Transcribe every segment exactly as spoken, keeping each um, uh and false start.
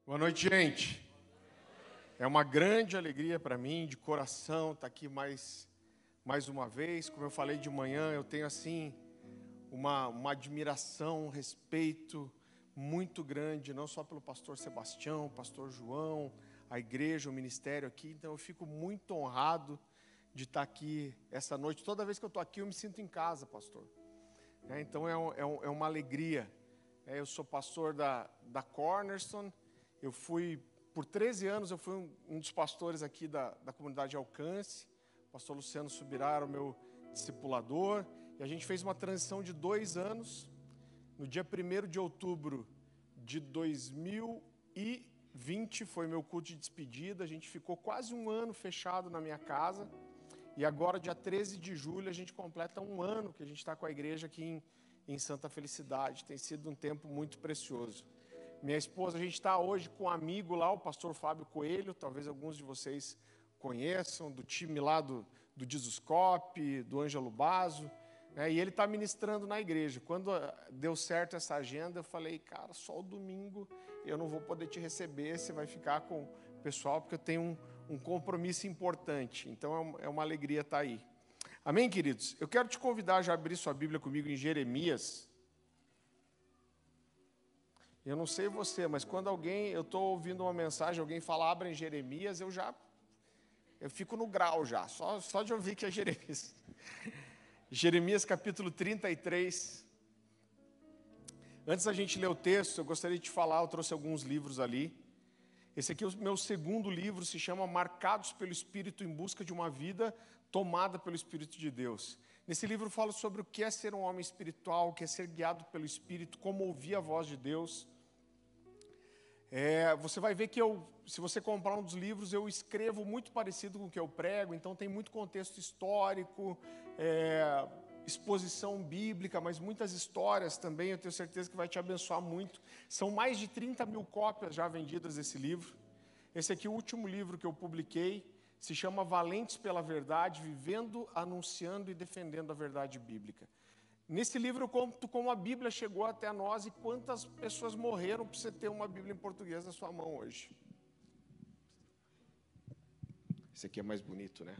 Boa noite, gente. É uma grande alegria para mim, de coração, estar aqui mais, mais uma vez. Como eu falei de manhã, eu tenho assim uma, uma admiração, um respeito muito grande, não só pelo pastor Sebastião, pastor João, a igreja, o ministério aqui. Então eu fico muito honrado de estar aqui essa noite. Toda vez que eu estou aqui, eu me sinto em casa, pastor. É, então é, um, é, um, é uma alegria. É, eu sou pastor da, da Cornerstone. Eu fui, por treze anos, eu fui um, um dos pastores aqui da, da comunidade Alcance. O pastor Luciano Subirá era o meu discipulador. E a gente fez uma transição de dois anos. No dia primeiro de outubro de dois mil e vinte foi meu culto de despedida. A gente ficou quase um ano fechado na minha casa. E agora, dia treze de julho, a gente completa um ano que a gente está com a igreja aqui em, em Santa Felicidade. Tem sido um tempo muito precioso. Minha esposa, a gente está hoje com um amigo lá, o pastor Fábio Coelho, talvez alguns de vocês conheçam, do time lá do, do Dizuscope, do Ângelo Basso, né? E ele está ministrando na igreja. Quando deu certo essa agenda, eu falei, cara, só o domingo eu não vou poder te receber, você vai ficar com o pessoal, porque eu tenho um, um compromisso importante. Então é uma alegria estar aí. Amém, queridos? Eu quero te convidar já a abrir sua Bíblia comigo em Jeremias. Eu não sei você, mas quando alguém, eu estou ouvindo uma mensagem, alguém fala, abra em Jeremias, eu já, eu fico no grau já, só, só de ouvir que é Jeremias. Jeremias capítulo trinta e três. Antes da gente ler o texto, eu gostaria de te falar, eu trouxe alguns livros ali. Esse aqui é o meu segundo livro, se chama Marcados pelo Espírito em Busca de uma Vida Tomada pelo Espírito de Deus. Nesse livro eu falo sobre o que é ser um homem espiritual, o que é ser guiado pelo Espírito, como ouvir a voz de Deus. É, você vai ver que eu, se você comprar um dos livros, eu escrevo muito parecido com o que eu prego, então tem muito contexto histórico, é, exposição bíblica, mas muitas histórias também, eu tenho certeza que vai te abençoar muito. São mais de trinta mil cópias já vendidas desse livro. Esse aqui é o último livro que eu publiquei, se chama Valentes pela Verdade, Vivendo, Anunciando e Defendendo a Verdade Bíblica. Nesse livro eu conto como a Bíblia chegou até nós e quantas pessoas morreram para você ter uma Bíblia em português na sua mão hoje. Esse aqui é mais bonito, né?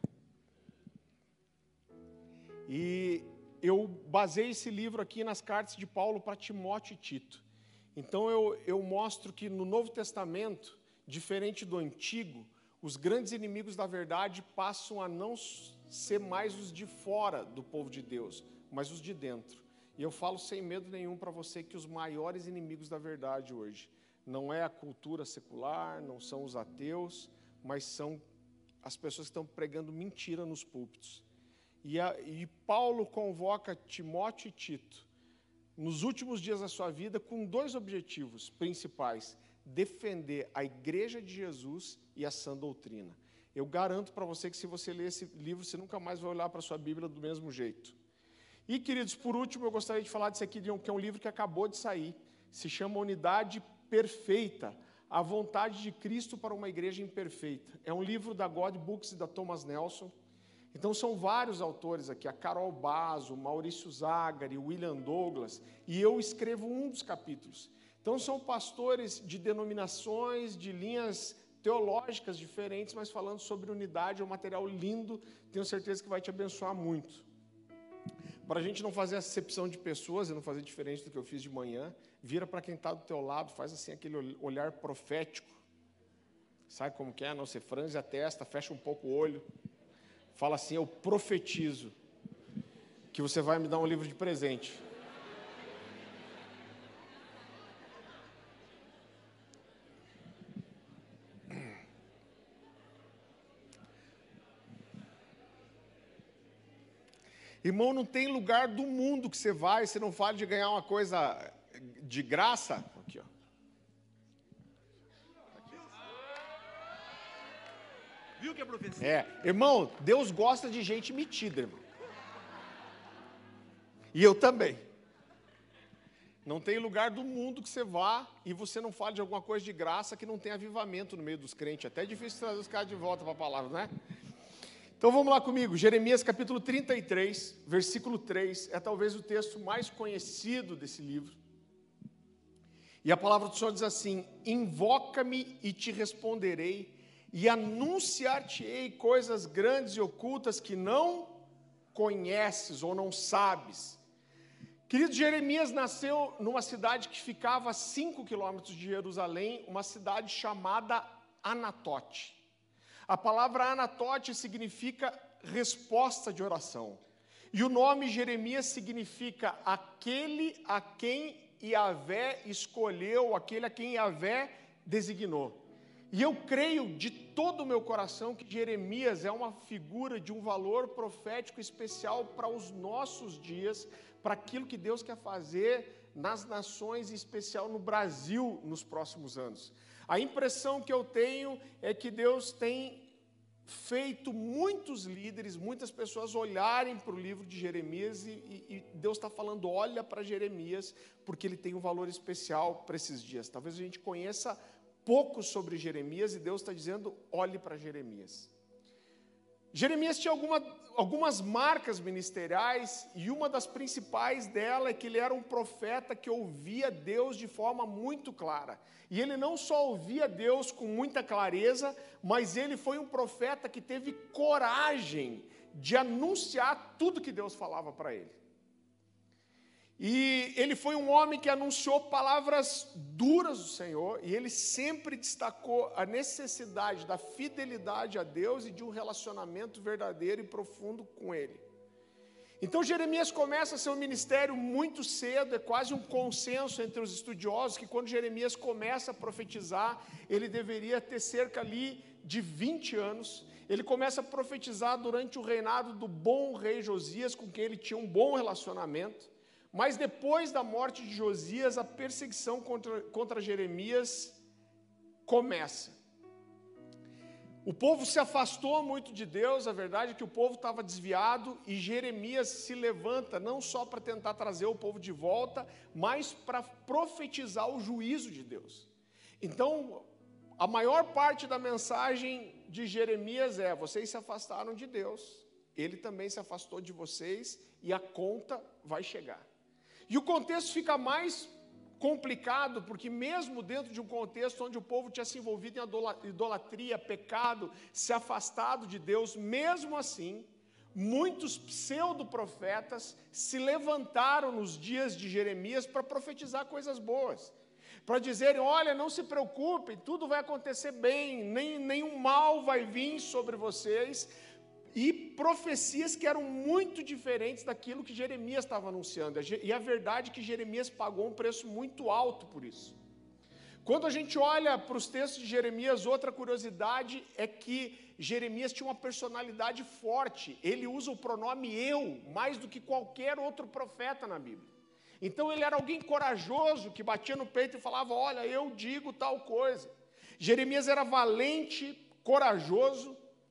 E eu baseei esse livro aqui nas cartas de Paulo para Timóteo e Tito. Então eu, eu mostro que no Novo Testamento, diferente do Antigo, os grandes inimigos da verdade passam a não ser mais os de fora do povo de Deus, mas os de dentro. E eu falo sem medo nenhum para você que os maiores inimigos da verdade hoje não é a cultura secular, não são os ateus, mas são as pessoas que estão pregando mentira nos púlpitos. E, a, e Paulo convoca Timóteo e Tito nos últimos dias da sua vida com dois objetivos principais: defender a igreja de Jesus e a sã doutrina. Eu garanto para você que se você ler esse livro, você nunca mais vai olhar para a sua Bíblia do mesmo jeito. E, queridos, por último, eu gostaria de falar disso aqui, que é um livro que acabou de sair. Se chama Unidade Perfeita, a vontade de Cristo para uma igreja imperfeita. É um livro da God Books e da Thomas Nelson. Então, são vários autores aqui, a Carol Basso, o Maurício Zagari, o William Douglas, e eu escrevo um dos capítulos. Então, são pastores de denominações, de linhas teológicas diferentes, mas falando sobre unidade. É um material lindo, tenho certeza que vai te abençoar muito. Para a gente não fazer acepção de pessoas e não fazer diferente do que eu fiz de manhã, vira para quem está do teu lado, faz assim aquele olhar profético. Sabe como que é? Não, você franze a testa, fecha um pouco o olho. Fala assim, eu profetizo que você vai me dar um livro de presente. Irmão, não tem lugar do mundo que você vai, você não fala de ganhar uma coisa de graça. Aqui, ó. Viu que é profecia? É, irmão, Deus gosta de gente metida, irmão. E eu também. Não tem lugar do mundo que você vá e você não fale de alguma coisa de graça que não tem avivamento no meio dos crentes. Até é difícil trazer os caras de volta para a palavra, não é? Então vamos lá comigo, Jeremias capítulo trinta e três, versículo três, é talvez o texto mais conhecido desse livro. E a palavra do Senhor diz assim: invoca-me e te responderei, e anunciar-te-ei coisas grandes e ocultas que não conheces ou não sabes. Querido, Jeremias nasceu numa cidade que ficava a cinco quilômetros de Jerusalém, uma cidade chamada Anatote. A palavra Anatote significa resposta de oração. E o nome Jeremias significa aquele a quem Yahvé escolheu, aquele a quem Yahvé designou. E eu creio de todo o meu coração que Jeremias é uma figura de um valor profético especial para os nossos dias, para aquilo que Deus quer fazer nas nações, em especial no Brasil, nos próximos anos. A impressão que eu tenho é que Deus tem feito muitos líderes, muitas pessoas olharem para o livro de Jeremias e, e, e Deus está falando, olha para Jeremias, porque ele tem um valor especial para esses dias. Talvez a gente conheça pouco sobre Jeremias e Deus está dizendo, olhe para Jeremias. Jeremias tinha alguma, algumas marcas ministeriais e uma das principais dela é que ele era um profeta que ouvia Deus de forma muito clara. E ele não só ouvia Deus com muita clareza, mas ele foi um profeta que teve coragem de anunciar tudo que Deus falava para ele. E ele foi um homem que anunciou palavras duras do Senhor, e ele sempre destacou a necessidade da fidelidade a Deus e de um relacionamento verdadeiro e profundo com Ele. Então Jeremias começa seu ministério muito cedo, é quase um consenso entre os estudiosos, que quando Jeremias começa a profetizar, ele deveria ter cerca ali de vinte anos, ele começa a profetizar durante o reinado do bom rei Josias, com quem ele tinha um bom relacionamento. Mas depois da morte de Josias, a perseguição contra, contra Jeremias começa. O povo se afastou muito de Deus, a verdade é que o povo estava desviado, e Jeremias se levanta não só para tentar trazer o povo de volta, mas para profetizar o juízo de Deus. Então, a maior parte da mensagem de Jeremias é, vocês se afastaram de Deus, Ele também se afastou de vocês, e a conta vai chegar. E o contexto fica mais complicado, porque mesmo dentro de um contexto onde o povo tinha se envolvido em idolatria, pecado, se afastado de Deus, mesmo assim, muitos pseudo-profetas se levantaram nos dias de Jeremias para profetizar coisas boas, para dizerem, olha, não se preocupem, tudo vai acontecer bem, nem, nenhum mal vai vir sobre vocês, e profecias que eram muito diferentes daquilo que Jeremias estava anunciando. E a verdade é que Jeremias pagou um preço muito alto por isso. Quando a gente olha para os textos de Jeremias, outra curiosidade é que Jeremias tinha uma personalidade forte. Ele usa o pronome eu, mais do que qualquer outro profeta na Bíblia. Então ele era alguém corajoso, que batia no peito e falava, olha, eu digo tal coisa. Jeremias era valente, corajoso.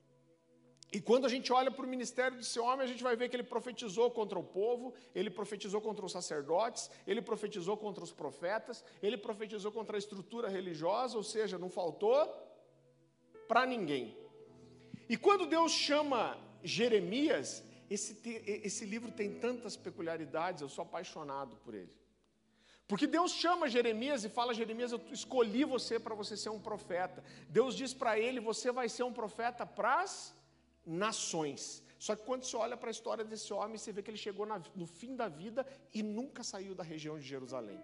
E quando a gente olha para o ministério desse homem, a gente vai ver que ele profetizou contra o povo, ele profetizou contra os sacerdotes, ele profetizou contra os profetas, ele profetizou contra a estrutura religiosa, ou seja, não faltou para ninguém. E quando Deus chama Jeremias, esse, esse livro tem tantas peculiaridades, eu sou apaixonado por ele. Porque Deus chama Jeremias e fala, Jeremias, eu escolhi você para você ser um profeta. Deus diz para ele, você vai ser um profeta para as nações. Só que quando você olha para a história desse homem, você vê que ele chegou na, no fim da vida e nunca saiu da região de Jerusalém.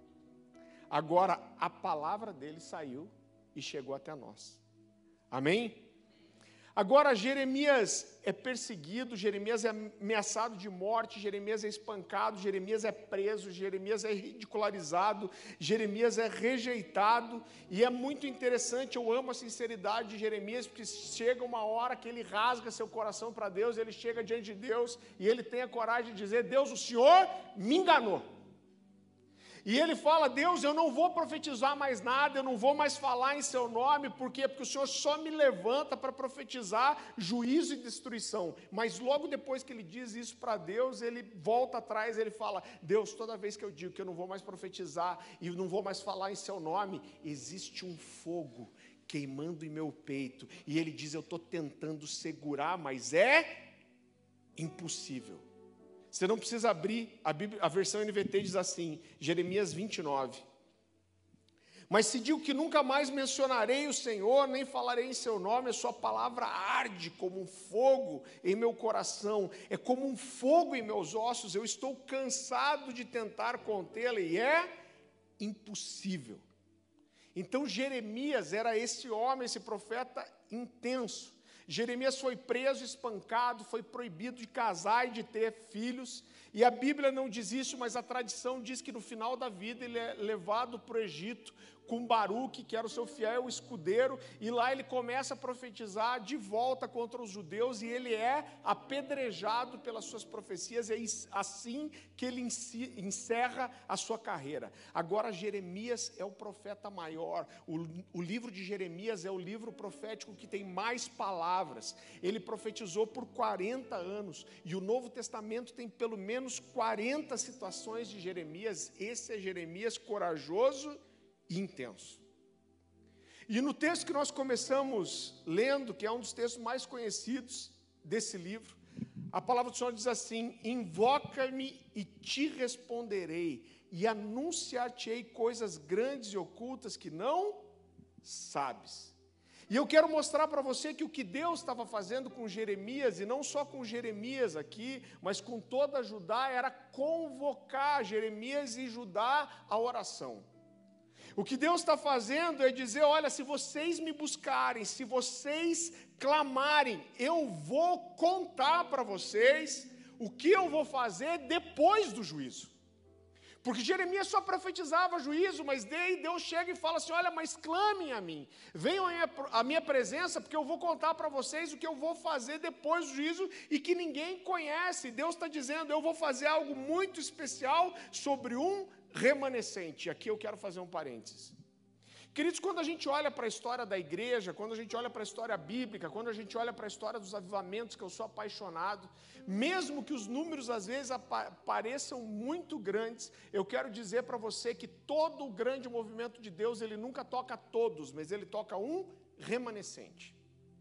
Agora, a palavra dele saiu e chegou até nós. Amém? Agora, Jeremias é perseguido, Jeremias é ameaçado de morte, Jeremias é espancado, Jeremias é preso, Jeremias é ridicularizado, Jeremias é rejeitado, e é muito interessante, eu amo a sinceridade de Jeremias, porque chega uma hora que ele rasga seu coração para Deus, ele chega diante de Deus, e ele tem a coragem de dizer, Deus, o Senhor me enganou. E ele fala, Deus, eu não vou profetizar mais nada, eu não vou mais falar em seu nome, por quê? Porque o Senhor só me levanta para profetizar juízo e destruição. Mas logo depois que ele diz isso para Deus, ele volta atrás, ele fala, Deus, toda vez que eu digo que eu não vou mais profetizar e não vou mais falar em seu nome, existe um fogo queimando em meu peito. E ele diz, eu estou tentando segurar, mas é impossível. Você não precisa abrir, a, Bíblia, a versão N V T diz assim, Jeremias vinte e nove. Mas se digo que nunca mais mencionarei o Senhor, nem falarei em seu nome, a sua palavra arde como um fogo em meu coração, é como um fogo em meus ossos, eu estou cansado de tentar contê-la, e é impossível. Então Jeremias era esse homem, esse profeta intenso. Jeremias foi preso, espancado, foi proibido de casar e de ter filhos, e a Bíblia não diz isso, mas a tradição diz que no final da vida ele é levado para o Egito com Baruque, que era o seu fiel escudeiro, e lá ele começa a profetizar de volta contra os judeus, e ele é apedrejado pelas suas profecias, e é assim que ele encerra a sua carreira. Agora Jeremias é o profeta maior, o, o livro de Jeremias é o livro profético que tem mais palavras, ele profetizou por quarenta anos, e o Novo Testamento tem pelo menos quarenta situações de Jeremias. Esse é Jeremias corajoso e intenso. E no texto que nós começamos lendo, que é um dos textos mais conhecidos desse livro, a palavra do Senhor diz assim: invoca-me e te responderei, e anunciar-te-ei coisas grandes e ocultas que não sabes. E eu quero mostrar para você que o que Deus estava fazendo com Jeremias, e não só com Jeremias aqui, mas com toda Judá, era convocar Jeremias e Judá à oração. O que Deus está fazendo é dizer: olha, se vocês me buscarem, se vocês clamarem, eu vou contar para vocês o que eu vou fazer depois do juízo. Porque Jeremias só profetizava juízo, mas daí Deus chega e fala assim: olha, mas clamem a mim, venham à minha presença, porque eu vou contar para vocês o que eu vou fazer depois do juízo e que ninguém conhece. Deus está dizendo: eu vou fazer algo muito especial sobre um remanescente. Aqui eu quero fazer um parênteses. Queridos, quando a gente olha para a história da igreja, quando a gente olha para a história bíblica, quando a gente olha para a história dos avivamentos, que eu sou apaixonado, mesmo que os números às vezes pareçam muito grandes, eu quero dizer para você que todo o grande movimento de Deus, ele nunca toca todos, mas ele toca um remanescente.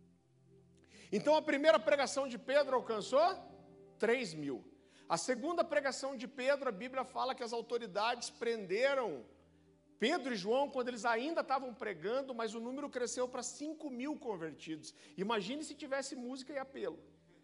Então a primeira pregação de Pedro alcançou três mil. A segunda pregação de Pedro, a Bíblia fala que as autoridades prenderam Pedro e João quando eles ainda estavam pregando, mas o número cresceu para cinco mil convertidos. Imagine se tivesse música e apelo.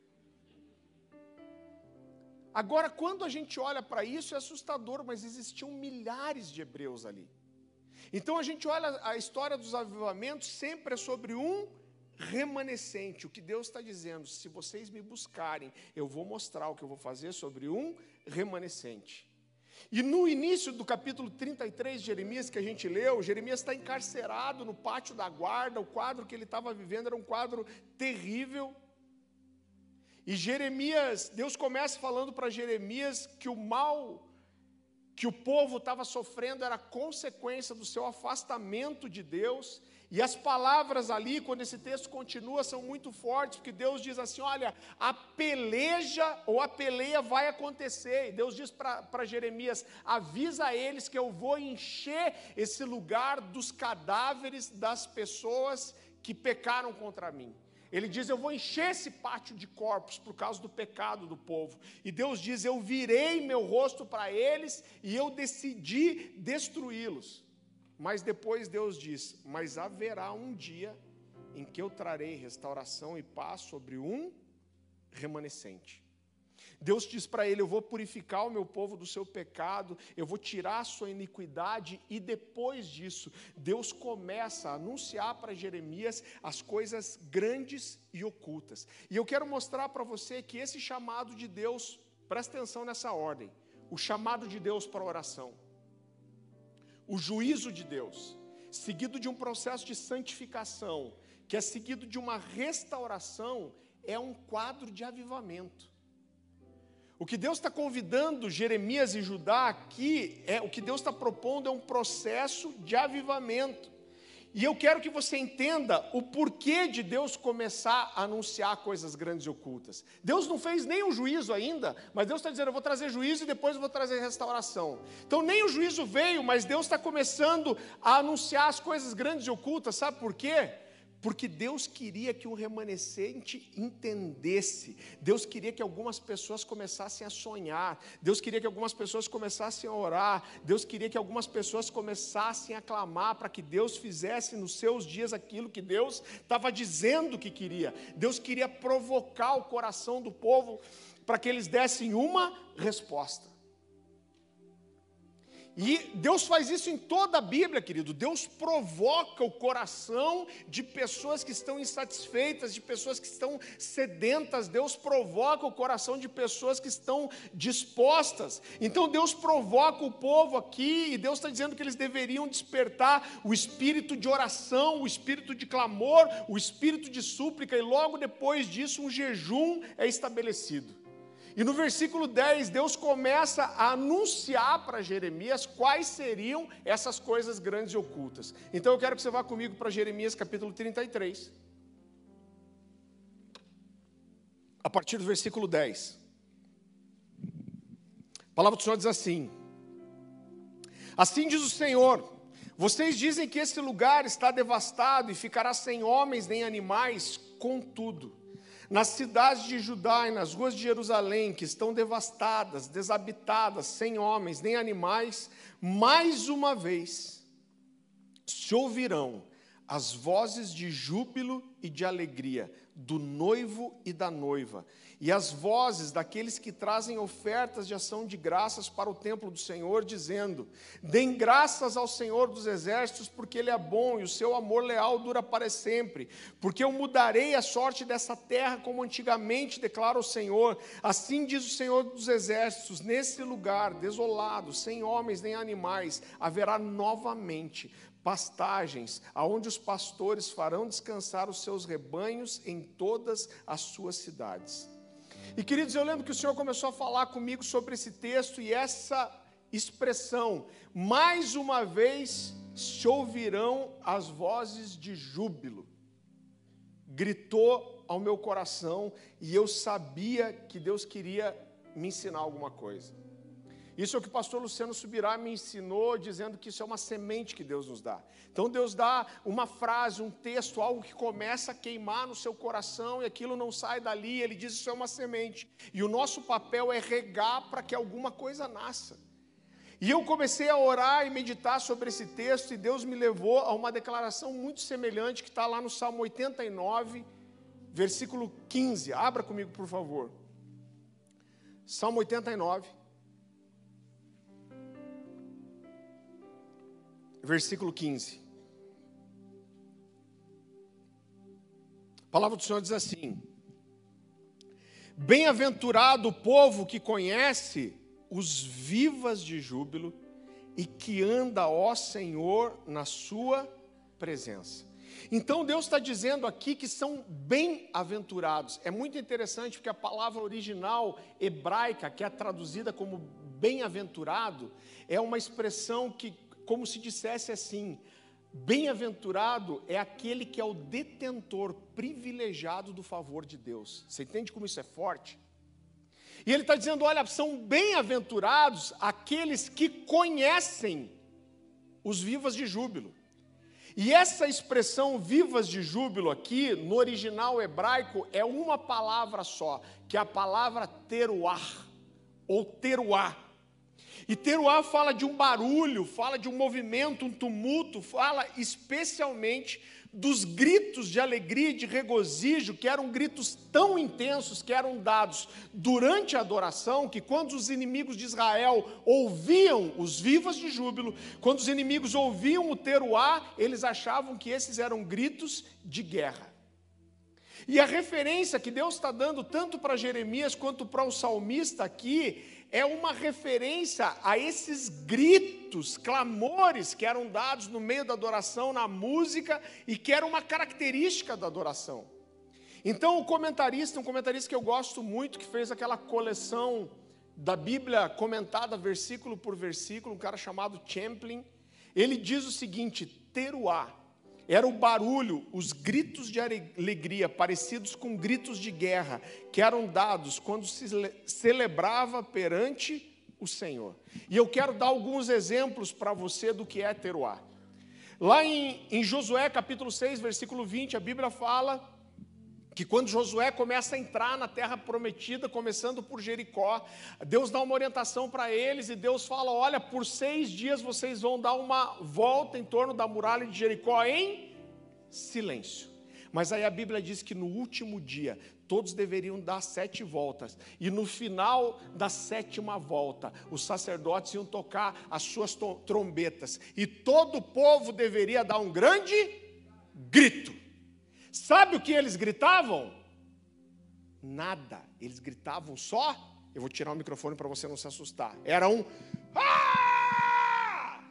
Agora, quando a gente olha para isso, é assustador, mas existiam milhares de hebreus ali. Então a gente olha a história dos avivamentos, sempre é sobre um remanescente. O que Deus está dizendo: se vocês me buscarem, eu vou mostrar o que eu vou fazer sobre um remanescente. E no início do capítulo trinta e três de Jeremias, que a gente leu, Jeremias está encarcerado no pátio da guarda. O quadro que ele estava vivendo era um quadro terrível. E Jeremias, Deus começa falando para Jeremias que o mal que o povo estava sofrendo era consequência do seu afastamento de Deus. E as palavras ali, quando esse texto continua, são muito fortes, porque Deus diz assim: olha, a peleja ou a peleia vai acontecer. E Deus diz para Jeremias: avisa a eles que eu vou encher esse lugar dos cadáveres das pessoas que pecaram contra mim. Ele diz: eu vou encher esse pátio de corpos por causa do pecado do povo. E Deus diz: eu virei meu rosto para eles e eu decidi destruí-los. Mas depois Deus diz: mas haverá um dia em que eu trarei restauração e paz sobre um remanescente. Deus diz para ele: eu vou purificar o meu povo do seu pecado, eu vou tirar a sua iniquidade. E depois disso, Deus começa a anunciar para Jeremias as coisas grandes e ocultas. E eu quero mostrar para você que esse chamado de Deus, presta atenção nessa ordem: o chamado de Deus para a oração, o juízo de Deus, seguido de um processo de santificação, que é seguido de uma restauração, é um quadro de avivamento. O que Deus está convidando Jeremias e Judá aqui, é, o que Deus está propondo é um processo de avivamento. E eu quero que você entenda o porquê de Deus começar a anunciar coisas grandes e ocultas. Deus não fez nem o juízo ainda, mas Deus está dizendo: eu vou trazer juízo e depois eu vou trazer restauração. Então nem o juízo veio, mas Deus está começando a anunciar as coisas grandes e ocultas. Sabe por quê? porque Deus queria que o remanescente entendesse, Deus queria que algumas pessoas começassem a sonhar, Deus queria que algumas pessoas começassem a orar, Deus queria que algumas pessoas começassem a clamar para que Deus fizesse nos seus dias aquilo que Deus estava dizendo que queria. Deus queria provocar o coração do povo para que eles dessem uma resposta. E Deus faz isso em toda a Bíblia, querido. Deus provoca o coração de pessoas que estão insatisfeitas, de pessoas que estão sedentas. Deus provoca o coração de pessoas que estão dispostas. Então Deus provoca o povo aqui, e Deus está dizendo que eles deveriam despertar o espírito de oração, o espírito de clamor, o espírito de súplica, e logo depois disso um jejum é estabelecido. E no versículo dez, Deus começa a anunciar para Jeremias quais seriam essas coisas grandes e ocultas. Então eu quero que você vá comigo para Jeremias capítulo trinta e três. A partir do versículo dez. A palavra do Senhor diz assim: assim diz o Senhor, vocês dizem que esse lugar está devastado e ficará sem homens nem animais, contudo, nas cidades de Judá e nas ruas de Jerusalém, que estão devastadas, desabitadas, sem homens nem animais, mais uma vez se ouvirão as vozes de júbilo e de alegria do noivo e da noiva, e as vozes daqueles que trazem ofertas de ação de graças para o templo do Senhor, dizendo: deem graças ao Senhor dos exércitos, porque Ele é bom e o seu amor leal dura para sempre. Porque eu mudarei a sorte dessa terra como antigamente, declara o Senhor. Assim diz o Senhor dos exércitos: nesse lugar desolado, sem homens nem animais, haverá novamente pastagens, aonde os pastores farão descansar os seus rebanhos em todas as suas cidades. E queridos, eu lembro que o Senhor começou a falar comigo sobre esse texto, e essa expressão, mais uma vez se ouvirão as vozes de júbilo, gritou ao meu coração, e eu sabia que Deus queria me ensinar alguma coisa. Isso é o que o pastor Luciano Subirá me ensinou, dizendo que isso é uma semente que Deus nos dá. Então Deus dá uma frase, um texto, algo que começa a queimar no seu coração, e aquilo não sai dali. Ele diz: isso é uma semente, e o nosso papel é regar para que alguma coisa nasça. E eu comecei a orar e meditar sobre esse texto, e Deus me levou a uma declaração muito semelhante, que está lá no Salmo oitenta e nove, versículo quinze. Abra comigo, por favor. Salmo oitenta e nove. Versículo quinze. A palavra do Senhor diz assim: bem-aventurado o povo que conhece os vivas de júbilo e que anda, ó Senhor, na sua presença. Então Deus está dizendo aqui que são bem-aventurados. É muito interessante, porque a palavra original hebraica, que é traduzida como bem-aventurado, é uma expressão que, como se dissesse assim: bem-aventurado é aquele que é o detentor privilegiado do favor de Deus. Você entende como isso é forte? E ele está dizendo: olha, são bem-aventurados aqueles que conhecem os vivas de júbilo. E essa expressão vivas de júbilo aqui, no original hebraico, é uma palavra só, que é a palavra teruá, ou teruá. E teruá fala de um barulho, fala de um movimento, um tumulto, fala especialmente dos gritos de alegria e de regozijo, que eram gritos tão intensos, que eram dados durante a adoração, que quando os inimigos de Israel ouviam os vivas de júbilo, quando os inimigos ouviam o teruá, eles achavam que esses eram gritos de guerra. E a referência que Deus está dando tanto para Jeremias quanto para o salmista aqui, é uma referência a esses gritos, clamores que eram dados no meio da adoração, na música, e que era uma característica da adoração. Então o comentarista, um comentarista que eu gosto muito, que fez aquela coleção da Bíblia comentada versículo por versículo, um cara chamado Champlin, ele diz o seguinte: teruá era o barulho, os gritos de alegria, parecidos com gritos de guerra, que eram dados quando se celebrava perante o Senhor. E eu quero dar alguns exemplos para você do que é teruá. Lá em, em Josué capítulo seis, versículo vinte, a Bíblia fala que quando Josué começa a entrar na terra prometida, começando por Jericó, Deus dá uma orientação para eles e Deus fala, olha, por seis dias vocês vão dar uma volta em torno da muralha de Jericó em silêncio. Mas aí a Bíblia diz que no último dia, todos deveriam dar sete voltas, e no final da sétima volta, os sacerdotes iam tocar as suas trombetas, e todo o povo deveria dar um grande grito. Sabe o que eles gritavam? Nada. Eles gritavam só, eu vou tirar o microfone para você não se assustar. Era um ah!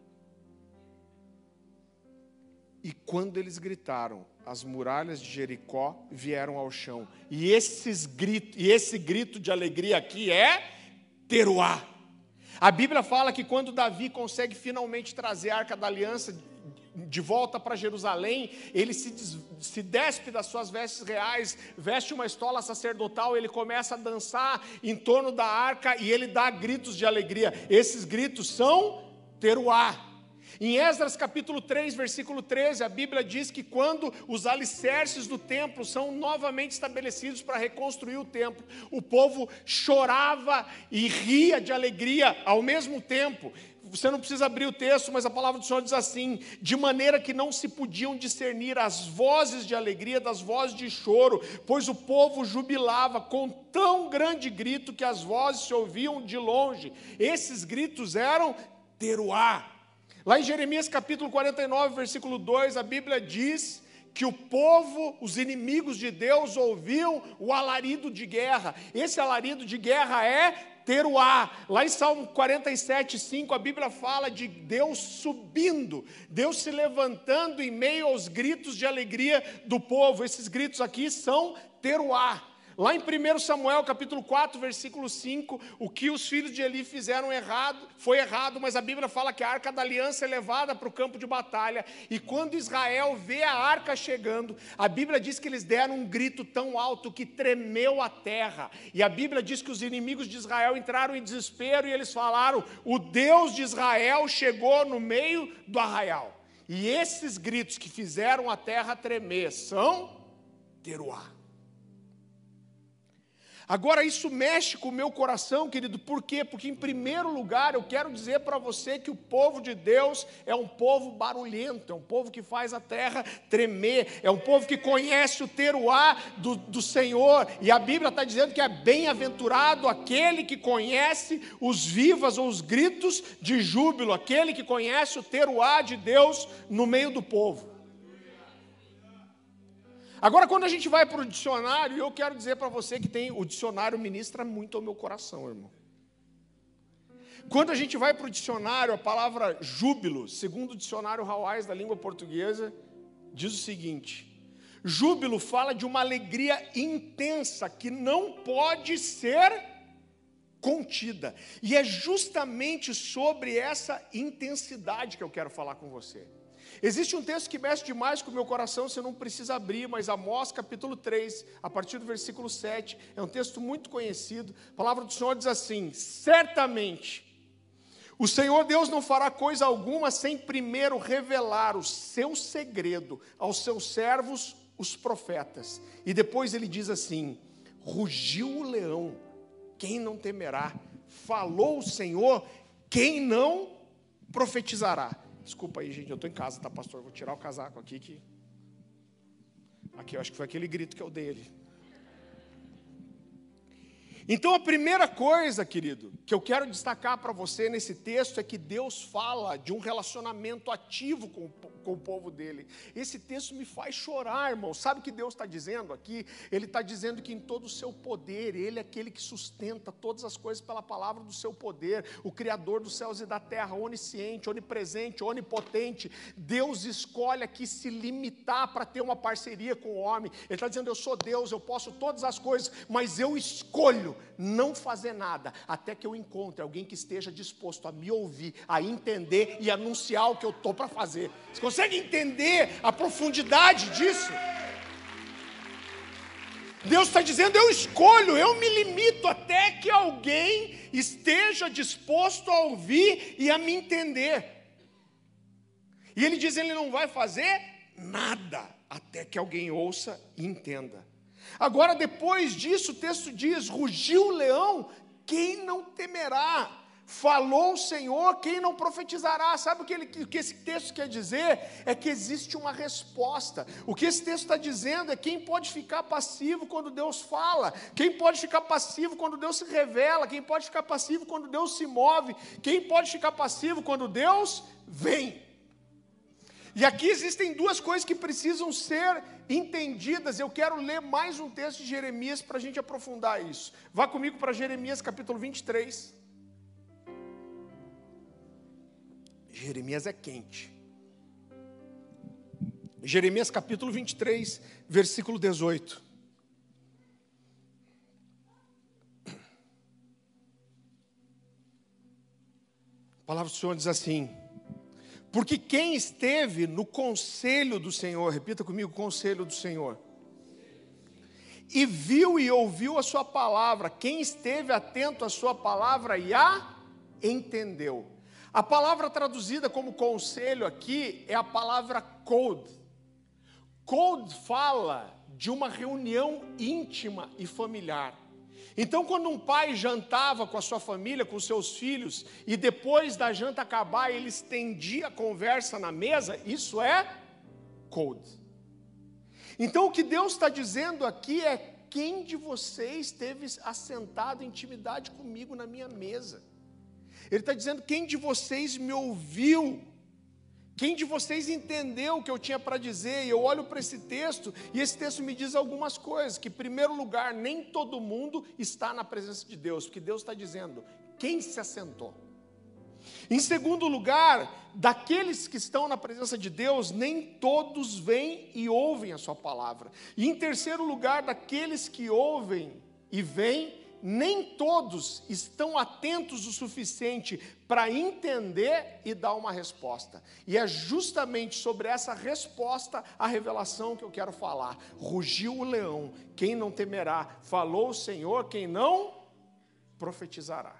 E quando eles gritaram, as muralhas de Jericó vieram ao chão. E, esses gritos, e esse grito de alegria aqui é teruá. A Bíblia fala que quando Davi consegue finalmente trazer a Arca da Aliança de volta para Jerusalém, ele se, des, se despe das suas vestes reais, veste uma estola sacerdotal, ele começa a dançar em torno da arca e ele dá gritos de alegria. Esses gritos são teruá. Em Esdras capítulo três, versículo treze, a Bíblia diz que quando os alicerces do templo são novamente estabelecidos para reconstruir o templo, o povo chorava e ria de alegria ao mesmo tempo. Você não precisa abrir o texto, mas a palavra do Senhor diz assim, de maneira que não se podiam discernir as vozes de alegria das vozes de choro, pois o povo jubilava com tão grande grito que as vozes se ouviam de longe. Esses gritos eram teruá. Lá em Jeremias capítulo quarenta e nove, versículo dois, a Bíblia diz que o povo, os inimigos de Deus, ouviam o alarido de guerra. Esse alarido de guerra é teruá. Lá em Salmo quarenta e sete, cinco, a Bíblia fala de Deus subindo, Deus se levantando em meio aos gritos de alegria do povo. Esses gritos aqui são teruá. Lá em primeiro Samuel, capítulo quatro, versículo cinco, o que os filhos de Eli fizeram errado, foi errado, mas a Bíblia fala que a arca da aliança é levada para o campo de batalha, e quando Israel vê a arca chegando, a Bíblia diz que eles deram um grito tão alto que tremeu a terra, e a Bíblia diz que os inimigos de Israel entraram em desespero, e eles falaram, o Deus de Israel chegou no meio do arraial. E esses gritos que fizeram a terra tremer são teruá. Agora isso mexe com o meu coração, querido, por quê? Porque em primeiro lugar eu quero dizer para você que o povo de Deus é um povo barulhento, é um povo que faz a terra tremer, é um povo que conhece o teruá do, do Senhor, e a Bíblia está dizendo que é bem-aventurado aquele que conhece os vivas ou os gritos de júbilo, aquele que conhece o teruá de Deus no meio do povo. Agora, quando a gente vai para o dicionário, eu quero dizer para você que tem, o dicionário ministra muito ao meu coração, irmão. Quando a gente vai para o dicionário, a palavra júbilo, segundo o dicionário Hawais da língua portuguesa, diz o seguinte: júbilo fala de uma alegria intensa que não pode ser contida. E é justamente sobre essa intensidade que eu quero falar com você. Existe um texto que mexe demais com o meu coração, você não precisa abrir, mas Amós capítulo três, a partir do versículo sete, é um texto muito conhecido. A palavra do Senhor diz assim: certamente o Senhor Deus não fará coisa alguma sem primeiro revelar o seu segredo aos seus servos, os profetas. E depois ele diz assim: rugiu o leão, quem não temerá? Falou o Senhor, quem não profetizará? Desculpa aí, gente, eu estou em casa, tá, pastor? Vou tirar o casaco aqui. Que... Aqui, eu acho que foi aquele grito que eu dei ali. Então, a primeira coisa, querido, que eu quero destacar para você nesse texto é que Deus fala de um relacionamento ativo com, com o povo dele. Esse texto me faz chorar, irmão. Sabe o que Deus está dizendo aqui? Ele está dizendo que em todo o seu poder, Ele é aquele que sustenta todas as coisas pela palavra do seu poder, o Criador dos céus e da terra, onisciente, onipresente, onipotente. Deus escolhe aqui se limitar para ter uma parceria com o homem. Ele está dizendo, eu sou Deus, eu posso todas as coisas, mas eu escolho não fazer nada, até que eu encontre alguém que esteja disposto a me ouvir, a entender e anunciar o que eu estou para fazer. Você consegue entender a profundidade disso? Deus está dizendo, eu escolho, eu me limito até que alguém esteja disposto a ouvir e a me entender. E ele diz, ele não vai fazer nada, até que alguém ouça e entenda. Agora, depois disso, o texto diz, rugiu o leão, quem não temerá? Falou o Senhor, quem não profetizará? Sabe o que, ele, o que esse texto quer dizer? É que existe uma resposta. O que esse texto está dizendo é quem pode ficar passivo quando Deus fala, quem pode ficar passivo quando Deus se revela, quem pode ficar passivo quando Deus se move, quem pode ficar passivo quando Deus vem. E aqui existem duas coisas que precisam ser entendidas. Eu quero ler mais um texto de Jeremias para a gente aprofundar isso. Vá comigo para Jeremias capítulo vinte e três. Jeremias é quente. Jeremias capítulo vinte e três, versículo dezoito. A palavra do Senhor diz assim: porque quem esteve no conselho do Senhor, repita comigo, conselho do Senhor, e viu e ouviu a sua palavra, quem esteve atento à sua palavra e a entendeu. A palavra traduzida como conselho aqui é a palavra code. Code fala de uma reunião íntima e familiar. Então, quando um pai jantava com a sua família, com os seus filhos, e depois da janta acabar, ele estendia a conversa na mesa, isso é code. Então, o que Deus está dizendo aqui é, quem de vocês esteve assentado em intimidade comigo na minha mesa? Ele está dizendo, quem de vocês me ouviu? Quem de vocês entendeu o que eu tinha para dizer? E eu olho para esse texto, e esse texto me diz algumas coisas, que em primeiro lugar, nem todo mundo está na presença de Deus, porque Deus está dizendo, quem se assentou? Em segundo lugar, daqueles que estão na presença de Deus, nem todos vêm e ouvem a sua palavra. E em terceiro lugar, daqueles que ouvem e vêm, nem todos estão atentos o suficiente para entender e dar uma resposta. E é justamente sobre essa resposta a revelação que eu quero falar. Rugiu o leão, quem não temerá? Falou o Senhor, quem não profetizará.